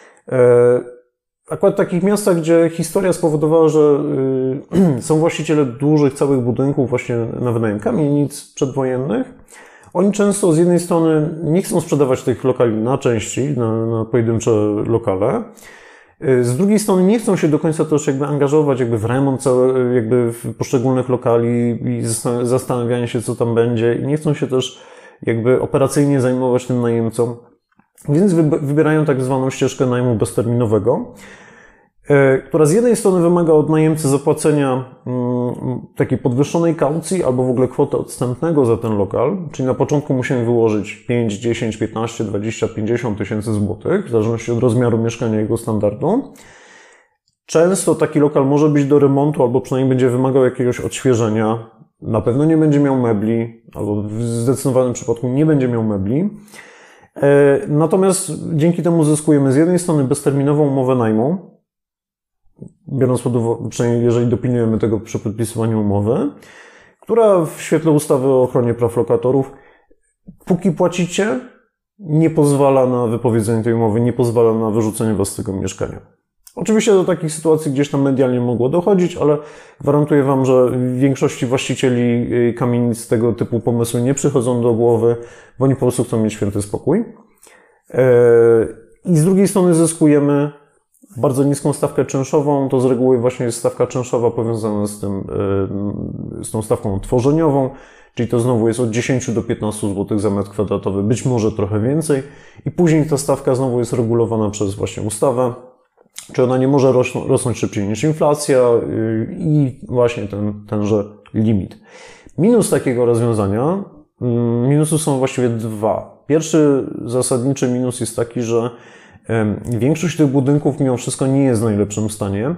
akurat w takich miastach, gdzie historia spowodowała, że są właściciele dużych, całych budynków właśnie na wynajem kamienic przedwojennych, oni często z jednej strony nie chcą sprzedawać tych lokali na części, na, na pojedyncze lokale. Z drugiej strony nie chcą się do końca też jakby angażować jakby w remont całe, jakby w poszczególnych lokali i zastanawianie się, co tam będzie. I nie chcą się też jakby operacyjnie zajmować tym najemcą. Więc wybierają tak zwaną ścieżkę najmu bezterminowego, która z jednej strony wymaga od najemcy zapłacenia takiej podwyższonej kaucji albo w ogóle kwoty odstępnego za ten lokal, czyli na początku musimy wyłożyć pięć, dziesięć, piętnaście, dwadzieścia, pięćdziesiąt tysięcy złotych, w zależności od rozmiaru mieszkania i jego standardu. Często taki lokal może być do remontu albo przynajmniej będzie wymagał jakiegoś odświeżenia. Na pewno nie będzie miał mebli, albo w zdecydowanym przypadku nie będzie miał mebli. Natomiast dzięki temu zyskujemy z jednej strony bezterminową umowę najmu, biorąc pod uwagę, przynajmniej jeżeli dopilnujemy tego przy podpisywaniu umowy, która w świetle ustawy o ochronie praw lokatorów, póki płacicie, nie pozwala na wypowiedzenie tej umowy, nie pozwala na wyrzucenie was z tego mieszkania. Oczywiście do takich sytuacji gdzieś tam medialnie mogło dochodzić, ale gwarantuję wam, że w większości właścicieli kamienic tego typu pomysły nie przychodzą do głowy, bo oni po prostu chcą mieć święty spokój. I z drugiej strony zyskujemy bardzo niską stawkę czynszową, to z reguły właśnie jest stawka czynszowa powiązana z tym, z tą stawką tworzeniową, czyli to znowu jest od dziesięć do piętnastu złotych za metr kwadratowy, być może trochę więcej i później ta stawka znowu jest regulowana przez właśnie ustawę, czy ona nie może rosnąć, rosnąć szybciej niż inflacja i właśnie ten, tenże limit. Minus takiego rozwiązania, minusy są właściwie dwa. Pierwszy zasadniczy minus jest taki, że większość tych budynków mimo wszystko nie jest w najlepszym stanie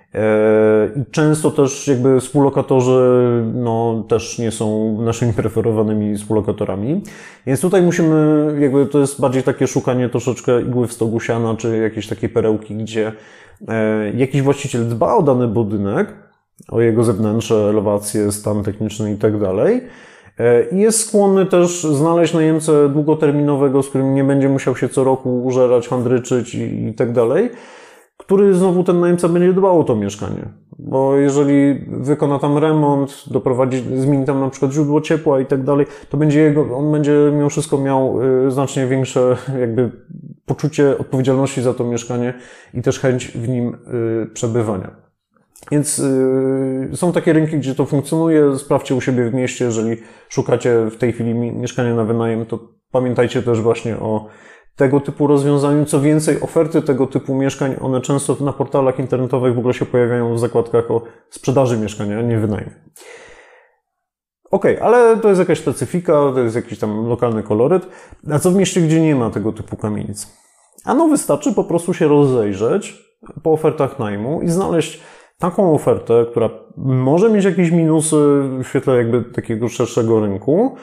i często też jakby współlokatorzy no, też nie są naszymi preferowanymi współlokatorami. Więc tutaj musimy, jakby to jest bardziej takie szukanie troszeczkę igły w stogu siana, czy jakieś takie perełki, gdzie jakiś właściciel dba o dany budynek, o jego zewnętrze, elewację, stan techniczny i tak dalej. I jest skłonny też znaleźć najemcę długoterminowego, z którym nie będzie musiał się co roku użerać, handryczyć i, i tak dalej, który znowu ten najemca będzie dbał o to mieszkanie. Bo jeżeli wykona tam remont, doprowadzi, zmieni tam na przykład źródło ciepła i tak dalej, to będzie jego, on będzie mimo wszystko miał znacznie większe jakby poczucie odpowiedzialności za to mieszkanie i też chęć w nim przebywania. Więc są takie rynki, gdzie to funkcjonuje. Sprawdźcie u siebie w mieście, jeżeli szukacie w tej chwili mieszkania na wynajem, to pamiętajcie też właśnie o tego typu rozwiązaniu. Co więcej, oferty tego typu mieszkań, one często na portalach internetowych w ogóle się pojawiają w zakładkach o sprzedaży mieszkania, a nie wynajem. Okej, okay, ale to jest jakaś specyfika, to jest jakiś tam lokalny koloryt. A co w mieście, gdzie nie ma tego typu kamienic? Ano wystarczy po prostu się rozejrzeć po ofertach najmu i znaleźć taką ofertę, która może mieć jakieś minusy w świetle jakby takiego szerszego rynku,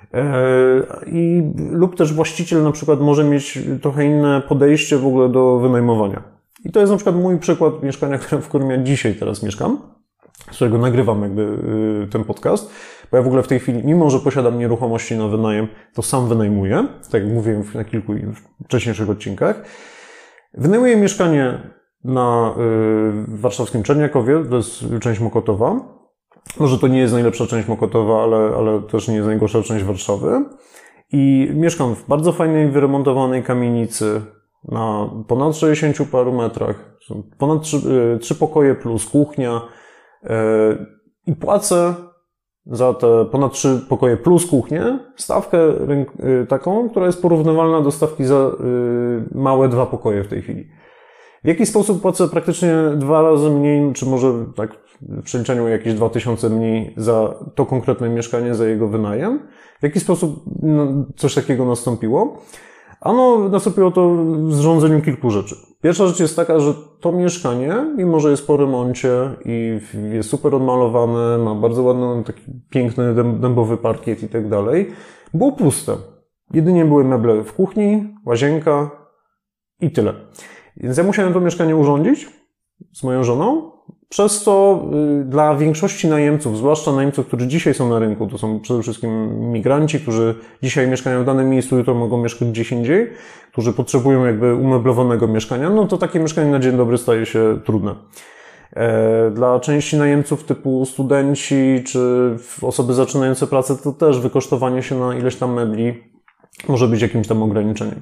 I, lub też właściciel na przykład może mieć trochę inne podejście w ogóle do wynajmowania. I to jest na przykład mój przykład mieszkania, w którym ja dzisiaj teraz mieszkam, z którego nagrywam jakby ten podcast, bo ja w ogóle w tej chwili, mimo że posiadam nieruchomości na wynajem, to sam wynajmuję, tak jak mówiłem na kilku wcześniejszych odcinkach. Wynajmuję mieszkanie na y, warszawskim Czerniakowie, to jest część Mokotowa. Może to nie jest najlepsza część Mokotowa, ale, ale też nie jest najgorsza część Warszawy. I mieszkam w bardzo fajnej, wyremontowanej kamienicy na ponad sześćdziesięciu paru metrach. Są ponad trzy, y, trzy pokoje plus kuchnia y, i płacę za te ponad trzy pokoje plus kuchnię stawkę rynk- y, taką, która jest porównywalna do stawki za y, małe dwa pokoje w tej chwili. W jaki sposób płacę praktycznie dwa razy mniej, czy może tak w przeliczeniu jakieś dwa tysiące mniej za to konkretne mieszkanie, za jego wynajem? W jaki sposób no, coś takiego nastąpiło? Ano, nastąpiło to w zrządzeniu kilku rzeczy. Pierwsza rzecz jest taka, że to mieszkanie, mimo że jest po remoncie i jest super odmalowane, ma bardzo ładny, taki piękny dębowy parkiet i tak dalej, było puste. Jedynie były meble w kuchni, łazienka i tyle. Więc ja musiałem to mieszkanie urządzić z moją żoną, przez co y, dla większości najemców, zwłaszcza najemców, którzy dzisiaj są na rynku, to są przede wszystkim migranci, którzy dzisiaj mieszkają w danym miejscu, jutro mogą mieszkać gdzieś indziej, którzy potrzebują jakby umeblowanego mieszkania, no to takie mieszkanie na dzień dobry staje się trudne. E, dla części najemców typu studenci czy osoby zaczynające pracę, to też wykosztowanie się na ileś tam mebli może być jakimś tam ograniczeniem.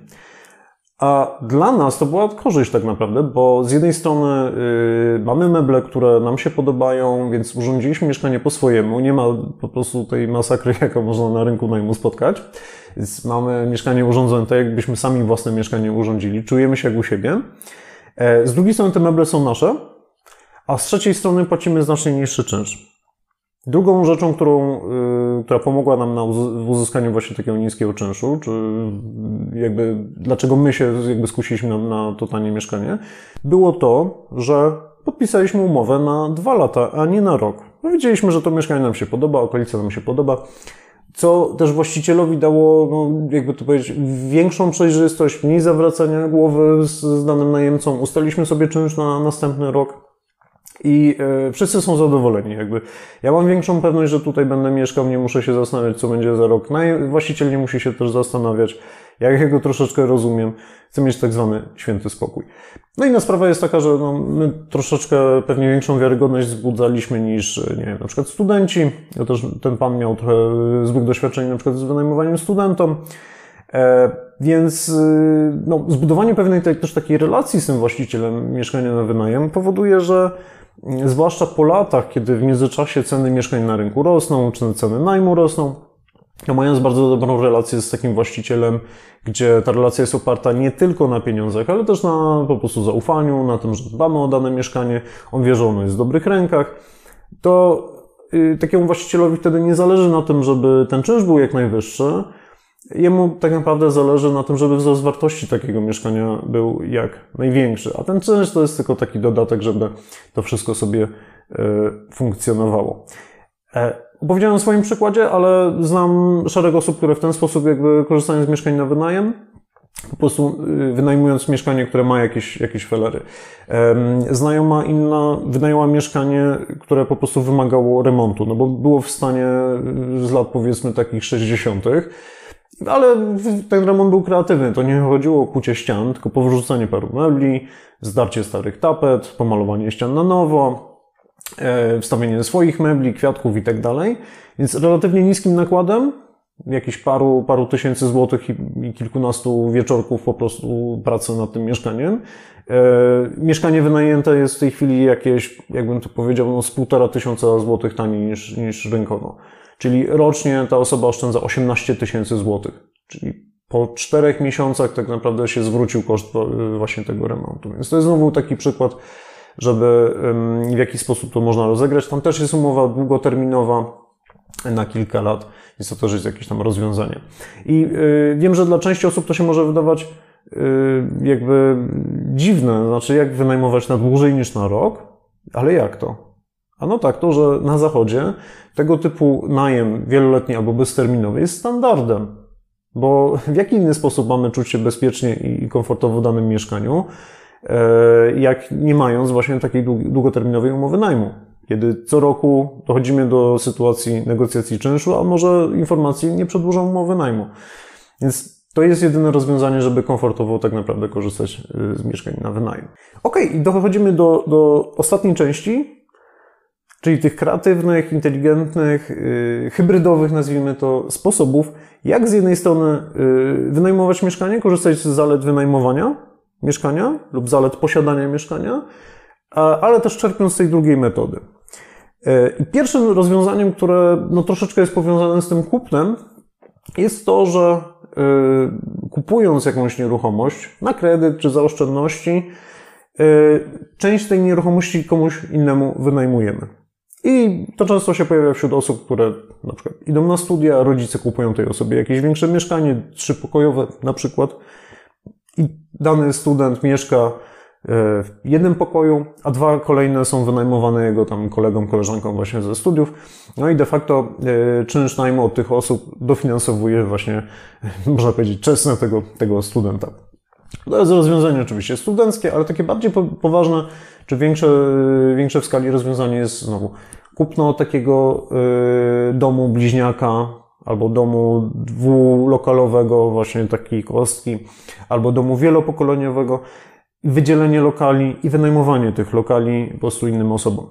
A dla nas to była korzyść tak naprawdę, bo z jednej strony yy, mamy meble, które nam się podobają, więc urządziliśmy mieszkanie po swojemu. Nie ma po prostu tej masakry, jaką można na rynku najmu spotkać. Więc mamy mieszkanie urządzone tak, jakbyśmy sami własne mieszkanie urządzili. Czujemy się jak u siebie. E, z drugiej strony te meble są nasze, a z trzeciej strony płacimy znacznie niższy czynsz. Drugą rzeczą, którą, yy, która pomogła nam na uz- w uzyskaniu właśnie takiego niskiego czynszu, czy jakby dlaczego my się jakby skusiliśmy na, na to tanie mieszkanie, było to, że podpisaliśmy umowę na dwa lata, a nie na rok. No, wiedzieliśmy, że to mieszkanie nam się podoba, okolica nam się podoba, co też właścicielowi dało, no, jakby to powiedzieć, większą przejrzystość, mniej zawracania głowy z, z danym najemcą. Ustaliliśmy sobie czynsz na następny rok. I y, wszyscy są zadowoleni. Jakby ja mam większą pewność, że tutaj będę mieszkał, nie muszę się zastanawiać, co będzie za rok. Naj- właściciel nie musi się też zastanawiać. Ja go troszeczkę rozumiem. Chcę mieć tak zwany święty spokój. No inna sprawa jest taka, że no, my troszeczkę pewnie większą wiarygodność wzbudzaliśmy niż, nie wiem, na przykład studenci. Ja też ten pan miał trochę złych doświadczeń na przykład z wynajmowaniem studentom. E, więc no, zbudowanie pewnej te, też takiej relacji z tym właścicielem mieszkania na wynajem powoduje, że zwłaszcza po latach, kiedy w międzyczasie ceny mieszkań na rynku rosną, czy ceny najmu rosną, to mając bardzo dobrą relację z takim właścicielem, gdzie ta relacja jest oparta nie tylko na pieniądzach, ale też na po prostu zaufaniu, na tym, że dbamy o dane mieszkanie, on wie, że ono jest w dobrych rękach, to yy, takiemu właścicielowi wtedy nie zależy na tym, żeby ten czynsz był jak najwyższy. Jemu tak naprawdę zależy na tym, żeby wzrost wartości takiego mieszkania był jak największy. A ten czynsz to jest tylko taki dodatek, żeby to wszystko sobie y, funkcjonowało. E, opowiedziałem o swoim przykładzie, ale znam szereg osób, które w ten sposób jakby korzystają z mieszkań na wynajem, po prostu y, wynajmując mieszkanie, które ma jakieś, jakieś felery. E, znajoma inna wynajęła mieszkanie, które po prostu wymagało remontu, no bo było w stanie z lat powiedzmy takich sześćdziesiątych. Ale ten remont był kreatywny. To nie chodziło o kucie ścian, tylko powrzucanie paru mebli, zdarcie starych tapet, pomalowanie ścian na nowo, wstawienie swoich mebli, kwiatków i tak dalej. Więc relatywnie niskim nakładem jakichś paru, paru tysięcy złotych i, i kilkunastu wieczorków po prostu pracy nad tym mieszkaniem. E, mieszkanie wynajęte jest w tej chwili jakieś, jakbym to powiedział, no z półtora tysiąca złotych taniej niż, niż rynkowo. Czyli rocznie ta osoba oszczędza osiemnaście tysięcy złotych. Czyli po czterech miesiącach tak naprawdę się zwrócił koszt właśnie tego remontu. Więc to jest znowu taki przykład, żeby w jakiś sposób to można rozegrać. Tam też jest umowa długoterminowa na kilka lat, więc to też jest jakieś tam rozwiązanie. I wiem, że dla części osób to się może wydawać jakby dziwne, znaczy jak wynajmować na dłużej niż na rok, ale jak to? A no tak, to, że na zachodzie tego typu najem wieloletni albo bezterminowy jest standardem. Bo w jaki inny sposób mamy czuć się bezpiecznie i komfortowo w danym mieszkaniu, jak nie mając właśnie takiej długoterminowej umowy najmu? Kiedy co roku dochodzimy do sytuacji negocjacji czynszu, a może informacji nie przedłużą umowy najmu. Więc to jest jedyne rozwiązanie, żeby komfortowo tak naprawdę korzystać z mieszkań na wynajem. Okej, okay, i dochodzimy do, do ostatniej części, czyli tych kreatywnych, inteligentnych, yy, hybrydowych, nazwijmy to, sposobów, jak z jednej strony yy, wynajmować mieszkanie, korzystać z zalet wynajmowania mieszkania lub zalet posiadania mieszkania, a, ale też czerpiąc z tej drugiej metody. Yy, I pierwszym rozwiązaniem, które no, troszeczkę jest powiązane z tym kupnem, jest to, że yy, kupując jakąś nieruchomość na kredyt czy za oszczędności, yy, część tej nieruchomości komuś innemu wynajmujemy. I to często się pojawia wśród osób, które na przykład idą na studia, rodzice kupują tej osobie jakieś większe mieszkanie, trzypokojowe na przykład, i dany student mieszka w jednym pokoju, a dwa kolejne są wynajmowane jego tam kolegom, koleżankom właśnie ze studiów. No i de facto czynsz najmu od tych osób dofinansowuje właśnie, można powiedzieć, czesne tego, tego studenta. To jest rozwiązanie oczywiście studenckie, ale takie bardziej poważne, czy większe, większe w skali rozwiązanie jest znowu kupno takiego y, domu bliźniaka, albo domu dwulokalowego, właśnie takiej kostki, albo domu wielopokoleniowego, wydzielenie lokali i wynajmowanie tych lokali po prostu innym osobom,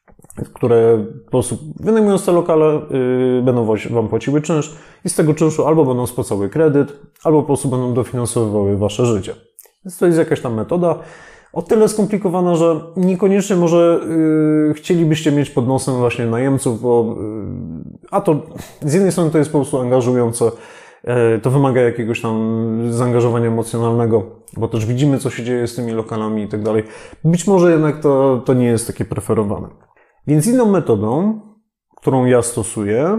które po prostu wynajmując te lokale yy, będą Wam płaciły czynsz i z tego czynszu albo będą spłacały kredyt, albo po prostu będą dofinansowywały Wasze życie. Więc to jest jakaś tam metoda o tyle skomplikowana, że niekoniecznie może yy, chcielibyście mieć pod nosem właśnie najemców, bo yy, a to z jednej strony to jest po prostu angażujące, yy, to wymaga jakiegoś tam zaangażowania emocjonalnego, bo też widzimy, co się dzieje z tymi lokalami i tak dalej. Być może jednak to, to nie jest takie preferowane. Więc inną metodą, którą ja stosuję,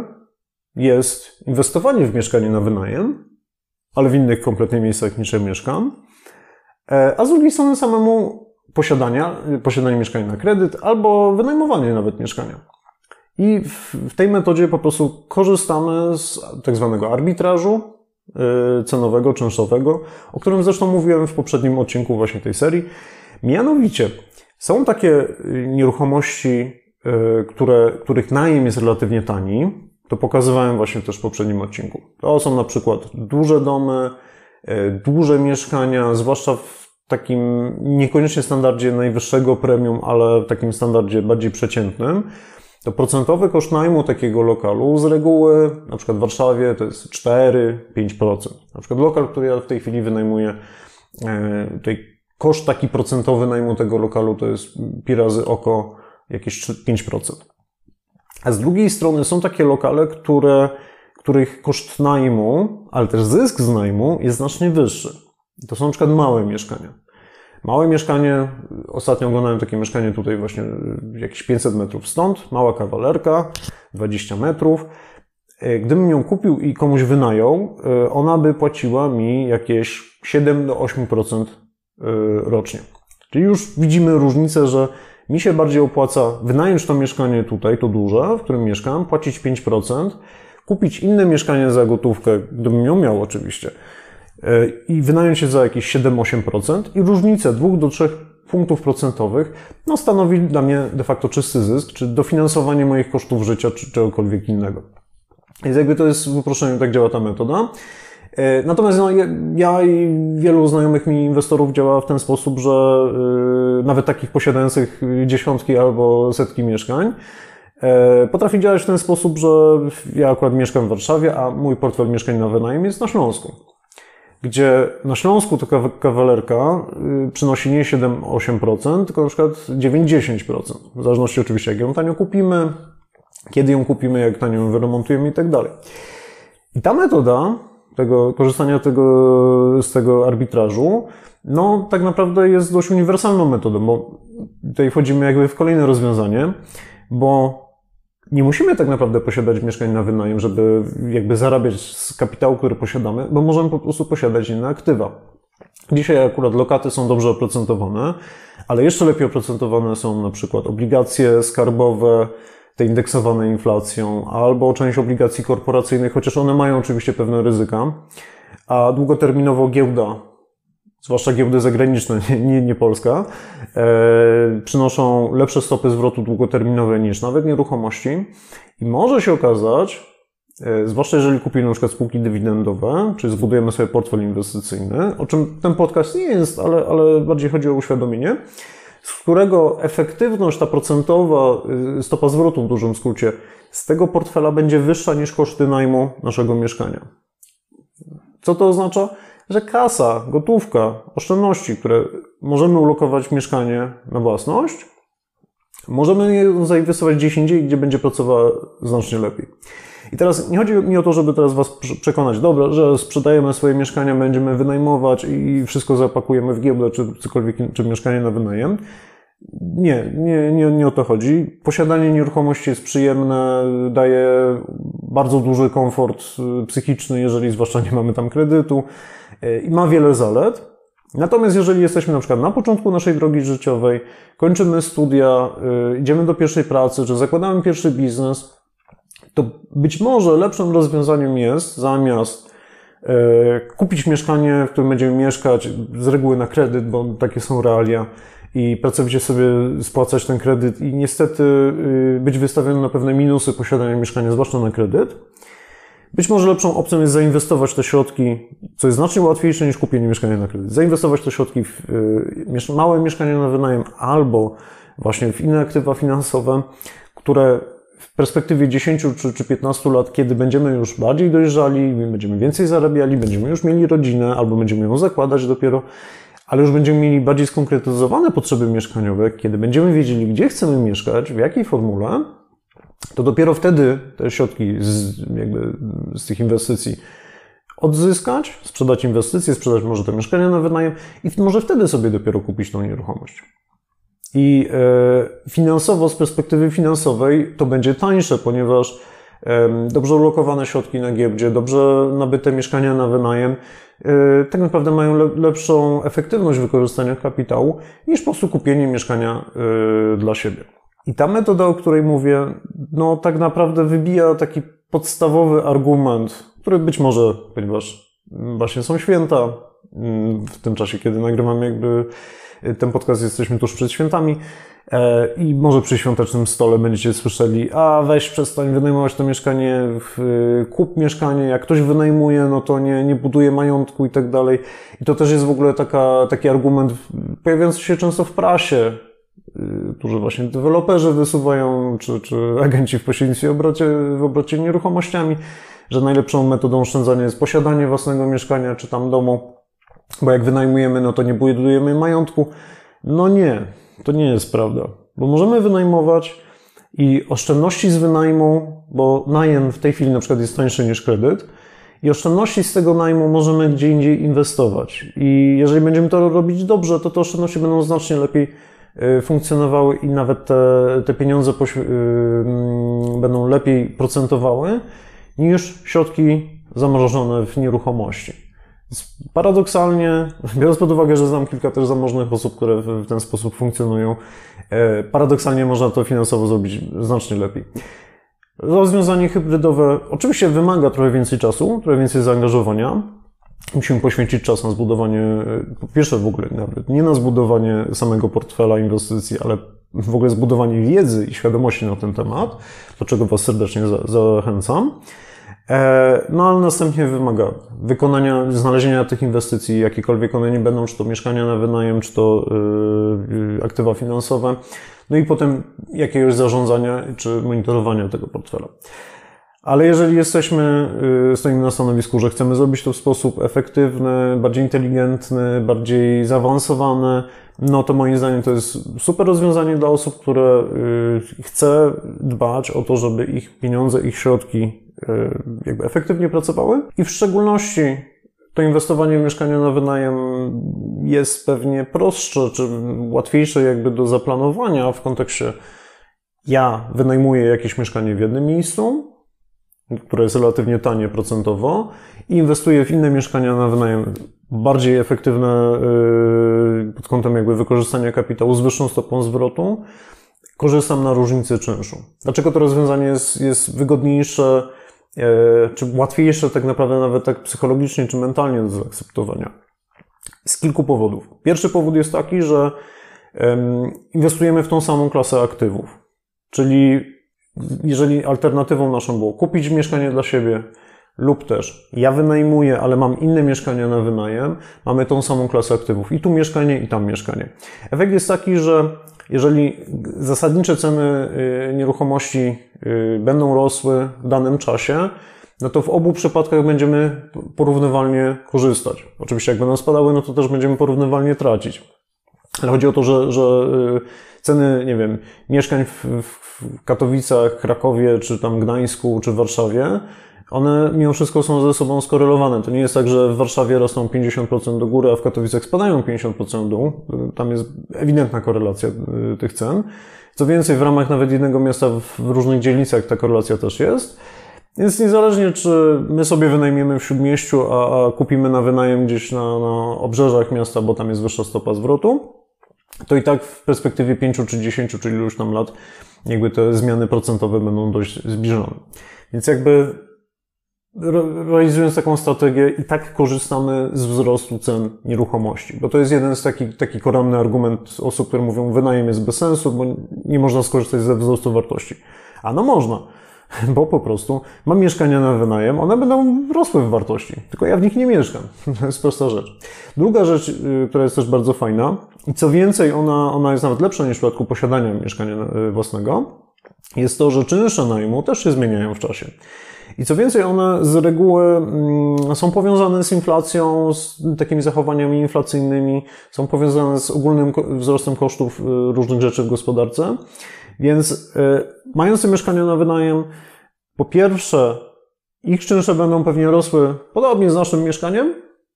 jest inwestowanie w mieszkanie na wynajem, ale w innych kompletnie miejscach niż ja mieszkam, a z drugiej strony samemu posiadania, posiadanie mieszkania na kredyt albo wynajmowanie nawet mieszkania. I w, w tej metodzie po prostu korzystamy z tak zwanego arbitrażu cenowego, czynszowego, o którym zresztą mówiłem w poprzednim odcinku właśnie tej serii. Mianowicie są takie nieruchomości, które, których najem jest relatywnie tani. To pokazywałem właśnie też w poprzednim odcinku. To są na przykład duże domy, duże mieszkania, zwłaszcza w takim niekoniecznie standardzie najwyższego premium, ale w takim standardzie bardziej przeciętnym. To procentowy koszt najmu takiego lokalu z reguły, na przykład w Warszawie, to jest cztery do pięciu procent. Na przykład lokal, który ja w tej chwili wynajmuję, tutaj koszt taki procentowy najmu tego lokalu to jest pi razy oko jakieś pięć procent. A z drugiej strony są takie lokale, które, których koszt najmu, ale też zysk z najmu jest znacznie wyższy. To są na przykład małe mieszkania. Małe mieszkanie, ostatnio oglądałem takie mieszkanie tutaj właśnie jakieś pięćset metrów stąd, mała kawalerka, dwadzieścia metrów. Gdybym ją kupił i komuś wynajął, ona by płaciła mi jakieś siedem do ośmiu procent rocznie. Czyli już widzimy różnicę, że mi się bardziej opłaca wynająć to mieszkanie tutaj, to duże, w którym mieszkam, płacić pięć procent, kupić inne mieszkanie za gotówkę, gdybym ją miał oczywiście, i wynająć je za jakieś siedem do ośmiu procent i różnicę dwóch do trzech punktów procentowych no, stanowi dla mnie de facto czysty zysk, czy dofinansowanie moich kosztów życia, czy czegokolwiek innego. Więc jakby to jest w uproszczeniu, tak działa ta metoda. Natomiast no, ja i wielu znajomych mi inwestorów działa w ten sposób, że yy, nawet takich posiadających dziesiątki albo setki mieszkań, Potrafi działać w ten sposób, że ja akurat mieszkam w Warszawie, a mój portfel mieszkań na wynajem jest na Śląsku. Gdzie na Śląsku taka kawalerka przynosi nie siedem osiem procent, tylko na przykład dziewięć do dziesięciu procent. W zależności oczywiście, jak ją tanio kupimy, kiedy ją kupimy, jak tanio ją wyremontujemy i tak dalej. I ta metoda tego, korzystania tego, z tego arbitrażu, no tak naprawdę jest dość uniwersalną metodą, bo tutaj wchodzimy jakby w kolejne rozwiązanie, bo nie musimy tak naprawdę posiadać mieszkań na wynajem, żeby jakby zarabiać z kapitału, który posiadamy, bo możemy po prostu posiadać inne aktywa. Dzisiaj akurat lokaty są dobrze oprocentowane, ale jeszcze lepiej oprocentowane są na przykład obligacje skarbowe, te indeksowane inflacją, albo część obligacji korporacyjnych, chociaż one mają oczywiście pewne ryzyka, a długoterminowo giełda, zwłaszcza giełdy zagraniczne, nie, nie Polska, e, przynoszą lepsze stopy zwrotu długoterminowe niż nawet nieruchomości i może się okazać, e, zwłaszcza jeżeli kupimy na przykład spółki dywidendowe, czy zbudujemy sobie portfel inwestycyjny, o czym ten podcast nie jest, ale, ale bardziej chodzi o uświadomienie, z którego efektywność, ta procentowa stopa zwrotu w dużym skrócie z tego portfela będzie wyższa niż koszty najmu naszego mieszkania. Co to oznacza? Że kasa, gotówka, oszczędności, które możemy ulokować w mieszkanie na własność, możemy je zainwestować gdzieś indziej, gdzie będzie pracowała znacznie lepiej. I teraz nie chodzi mi o to, żeby teraz Was przekonać, dobra, że sprzedajemy swoje mieszkania, będziemy wynajmować i wszystko zapakujemy w giełdę, czy cokolwiek, czy mieszkanie na wynajem. Nie, nie, nie, nie o to chodzi. Posiadanie nieruchomości jest przyjemne, daje bardzo duży komfort psychiczny, jeżeli zwłaszcza nie mamy tam kredytu i ma wiele zalet. Natomiast jeżeli jesteśmy na przykład na początku naszej drogi życiowej, kończymy studia, idziemy do pierwszej pracy, czy zakładamy pierwszy biznes, to być może lepszym rozwiązaniem jest zamiast kupić mieszkanie, w którym będziemy mieszkać, z reguły na kredyt, bo takie są realia, i pracowicie sobie spłacać ten kredyt i niestety być wystawionym na pewne minusy posiadania mieszkania, zwłaszcza na kredyt. Być może lepszą opcją jest zainwestować te środki, co jest znacznie łatwiejsze niż kupienie mieszkania na kredyt. Zainwestować te środki w małe mieszkanie na wynajem albo właśnie w inne aktywa finansowe, które w perspektywie dziesięciu czy piętnastu lat, kiedy będziemy już bardziej dojrzali, będziemy więcej zarabiali, będziemy już mieli rodzinę albo będziemy ją zakładać dopiero, ale już będziemy mieli bardziej skonkretyzowane potrzeby mieszkaniowe, kiedy będziemy wiedzieli, gdzie chcemy mieszkać, w jakiej formule, to dopiero wtedy te środki z, jakby z tych inwestycji odzyskać, sprzedać inwestycje, sprzedać może te mieszkania na wynajem i może wtedy sobie dopiero kupić tą nieruchomość. I e, finansowo, z perspektywy finansowej to będzie tańsze, ponieważ e, dobrze ulokowane środki na giełdzie, dobrze nabyte mieszkania na wynajem e, tak naprawdę mają le, lepszą efektywność wykorzystania kapitału niż po prostu kupienie mieszkania e, dla siebie. I ta metoda, o której mówię, no tak naprawdę wybija taki podstawowy argument, który być może, ponieważ właśnie są święta, w tym czasie, kiedy nagrywam jakby ten podcast, jesteśmy tuż przed świętami i może przy świątecznym stole będziecie słyszeli, a weź przestań wynajmować to mieszkanie, kup mieszkanie, jak ktoś wynajmuje, no to nie, nie buduje majątku i tak dalej. I to też jest w ogóle taka, taki argument pojawiający się często w prasie, którzy właśnie deweloperzy wysuwają, czy, czy agenci w pośrednictwie obrocie, w obrocie nieruchomościami, że najlepszą metodą oszczędzania jest posiadanie własnego mieszkania, czy tam domu, bo jak wynajmujemy, no to nie budujemy majątku. No nie, to nie jest prawda, bo możemy wynajmować i oszczędności z wynajmu, bo najem w tej chwili na przykład jest tańszy niż kredyt, i oszczędności z tego najmu możemy gdzie indziej inwestować. I jeżeli będziemy to robić dobrze, to te oszczędności będą znacznie lepiej funkcjonowały i nawet te, te pieniądze poś- yy, będą lepiej procentowały niż środki zamrożone w nieruchomości. Paradoksalnie, biorąc pod uwagę, że znam kilka też zamożnych osób, które w, w ten sposób funkcjonują, yy, paradoksalnie można to finansowo zrobić znacznie lepiej. Rozwiązanie hybrydowe oczywiście wymaga trochę więcej czasu, trochę więcej zaangażowania. Musimy poświęcić czas na zbudowanie, po pierwsze w ogóle nawet nie na zbudowanie samego portfela inwestycji, ale w ogóle zbudowanie wiedzy i świadomości na ten temat, do czego Was serdecznie zachęcam. No ale następnie wymaga wykonania, znalezienia tych inwestycji, jakiekolwiek one nie będą, czy to mieszkania na wynajem, czy to yy, aktywa finansowe. no i potem jakiegoś zarządzania czy monitorowania tego portfela. Ale jeżeli jesteśmy, stoimy na stanowisku, że chcemy zrobić to w sposób efektywny, bardziej inteligentny, bardziej zaawansowany, no to moim zdaniem to jest super rozwiązanie dla osób, które chce dbać o to, żeby ich pieniądze, ich środki jakby efektywnie pracowały i w szczególności to inwestowanie w mieszkania na wynajem jest pewnie prostsze, czy łatwiejsze jakby do zaplanowania w kontekście ja wynajmuję jakieś mieszkanie w jednym miejscu, które jest relatywnie tanie procentowo i inwestuję w inne mieszkania na wynajem bardziej efektywne pod kątem jakby wykorzystania kapitału z wyższą stopą zwrotu. Korzystam na różnicy czynszu. Dlaczego to rozwiązanie jest, jest wygodniejsze, czy łatwiejsze tak naprawdę nawet tak psychologicznie czy mentalnie do zaakceptowania? Z kilku powodów. Pierwszy powód jest taki, że inwestujemy w tą samą klasę aktywów. Czyli jeżeli alternatywą naszą było kupić mieszkanie dla siebie lub też ja wynajmuję, ale mam inne mieszkania na wynajem, mamy tą samą klasę aktywów. I tu mieszkanie, i tam mieszkanie. Efekt jest taki, że jeżeli zasadnicze ceny nieruchomości będą rosły w danym czasie, no to w obu przypadkach będziemy porównywalnie korzystać. Oczywiście jak będą spadały, no to też będziemy porównywalnie tracić. Ale chodzi o to, że, że ceny, nie wiem, mieszkań w, w Katowicach, Krakowie, czy tam Gdańsku, czy Warszawie, one mimo wszystko są ze sobą skorelowane. To nie jest tak, że w Warszawie rosną pięćdziesiąt procent do góry, a w Katowicach spadają pięćdziesiąt procent w dół. Tam jest ewidentna korelacja tych cen. Co więcej, w ramach nawet jednego miasta w różnych dzielnicach ta korelacja też jest. Więc niezależnie, czy my sobie wynajmiemy w Śródmieściu, a, a kupimy na wynajem gdzieś na, na obrzeżach miasta, bo tam jest wyższa stopa zwrotu, to i tak w perspektywie pięciu czy dziesięciu, czy iluś tam lat, jakby te zmiany procentowe będą dość zbliżone. Więc jakby realizując taką strategię i tak korzystamy z wzrostu cen nieruchomości, bo to jest jeden z takich, taki koronny argument osób, które mówią, wynajem jest bez sensu, bo nie można skorzystać ze wzrostu wartości. A no można, bo po prostu mam mieszkania na wynajem, one będą rosły w wartości, tylko ja w nich nie mieszkam. To jest prosta rzecz. Druga rzecz, która jest też bardzo fajna i co więcej, ona, ona jest nawet lepsza niż w przypadku posiadania mieszkania własnego, jest to, że czynsze najmu też się zmieniają w czasie. I co więcej, one z reguły są powiązane z inflacją, z takimi zachowaniami inflacyjnymi, są powiązane z ogólnym wzrostem kosztów różnych rzeczy w gospodarce. Więc mając te mieszkania na wynajem, po pierwsze, ich czynsze będą pewnie rosły podobnie z naszym mieszkaniem,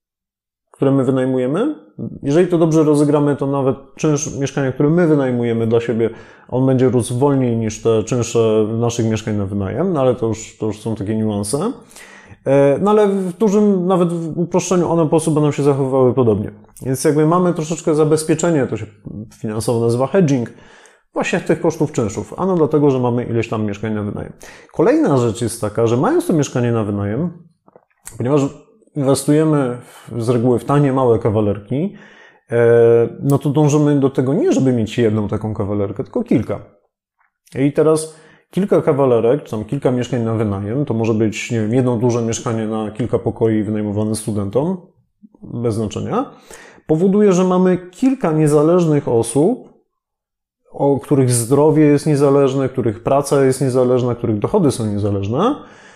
które my wynajmujemy. Jeżeli to dobrze rozegramy, to nawet czynsz mieszkania, które my wynajmujemy dla siebie, on będzie rósł wolniej niż te czynsze naszych mieszkań na wynajem, no ale to już, to już są takie niuanse. No ale w dużym, nawet w uproszczeniu, one po prostu będą się zachowywały podobnie. Więc jakby mamy troszeczkę zabezpieczenie, to się finansowo nazywa hedging, właśnie tych kosztów czynszów. Ano dlatego, że mamy ileś tam mieszkań na wynajem. Kolejna rzecz jest taka, że mając to mieszkanie na wynajem, ponieważ inwestujemy z reguły w tanie, małe kawalerki, no to dążymy do tego nie, żeby mieć jedną taką kawalerkę, tylko kilka. I teraz kilka kawalerek, czy tam kilka mieszkań na wynajem, to może być, nie wiem, jedno duże mieszkanie na kilka pokoi wynajmowane studentom, bez znaczenia, powoduje, że mamy kilka niezależnych osób, o których zdrowie jest niezależne, których praca jest niezależna, których dochody są niezależne,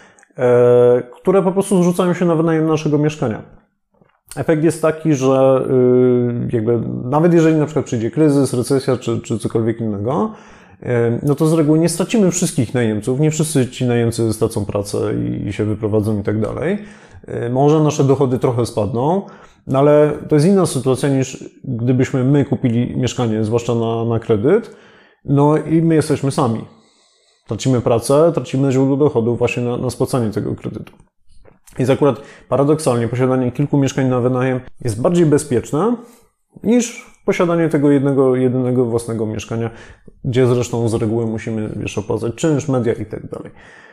które po prostu zrzucają się na wynajem naszego mieszkania. Efekt jest taki, że jakby nawet jeżeli na przykład przyjdzie kryzys, recesja czy, czy cokolwiek innego, no to z reguły nie stracimy wszystkich najemców, nie wszyscy ci najemcy stracą pracę i się wyprowadzą i tak dalej. Może nasze dochody trochę spadną, no ale to jest inna sytuacja niż gdybyśmy my kupili mieszkanie, zwłaszcza na, na kredyt, no i my jesteśmy sami. Tracimy pracę, tracimy źródło dochodów właśnie na, na spłacanie tego kredytu. Więc akurat paradoksalnie posiadanie kilku mieszkań na wynajem jest bardziej bezpieczne niż posiadanie tego jednego, jedynego własnego mieszkania, gdzie zresztą z reguły musimy, wiesz, opłacać czynsz, media i tak dalej.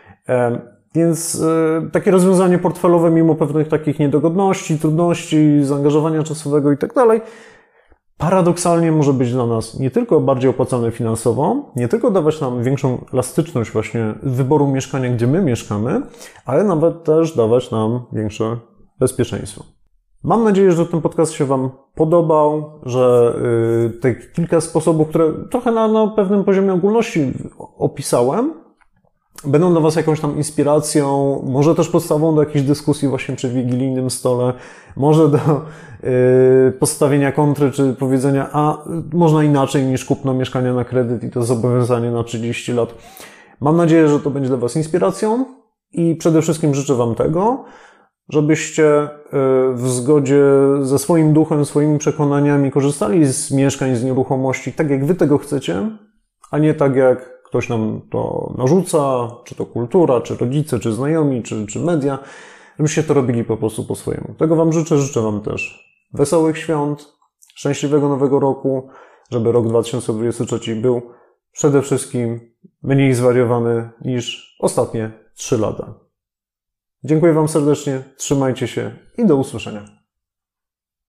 Więc e, takie rozwiązanie portfelowe, mimo pewnych takich niedogodności, trudności, zaangażowania czasowego i tak dalej, paradoksalnie może być dla nas nie tylko bardziej opłacalne finansowo, nie tylko dawać nam większą elastyczność właśnie wyboru mieszkania, gdzie my mieszkamy, ale nawet też dawać nam większe bezpieczeństwo. Mam nadzieję, że ten podcast się Wam podobał, że te kilka sposobów, które trochę na, na pewnym poziomie ogólności opisałem, będą dla Was jakąś tam inspiracją, może też podstawą do jakiejś dyskusji właśnie przy wigilijnym stole, może do yy, postawienia kontry, czy powiedzenia, a można inaczej niż kupno mieszkania na kredyt i to zobowiązanie na trzydzieści lat. Mam nadzieję, że to będzie dla Was inspiracją i przede wszystkim życzę Wam tego, żebyście w zgodzie ze swoim duchem, swoimi przekonaniami korzystali z mieszkań, z nieruchomości tak, jak Wy tego chcecie, a nie tak, jak ktoś nam to narzuca, czy to kultura, czy rodzice, czy znajomi, czy, czy media, żebyście to robili po prostu po swojemu. Tego Wam życzę, życzę Wam też wesołych świąt, szczęśliwego nowego roku, żeby rok dwa tysiące dwudziesty trzeci był przede wszystkim mniej zwariowany niż ostatnie trzy lata. Dziękuję Wam serdecznie, trzymajcie się i do usłyszenia.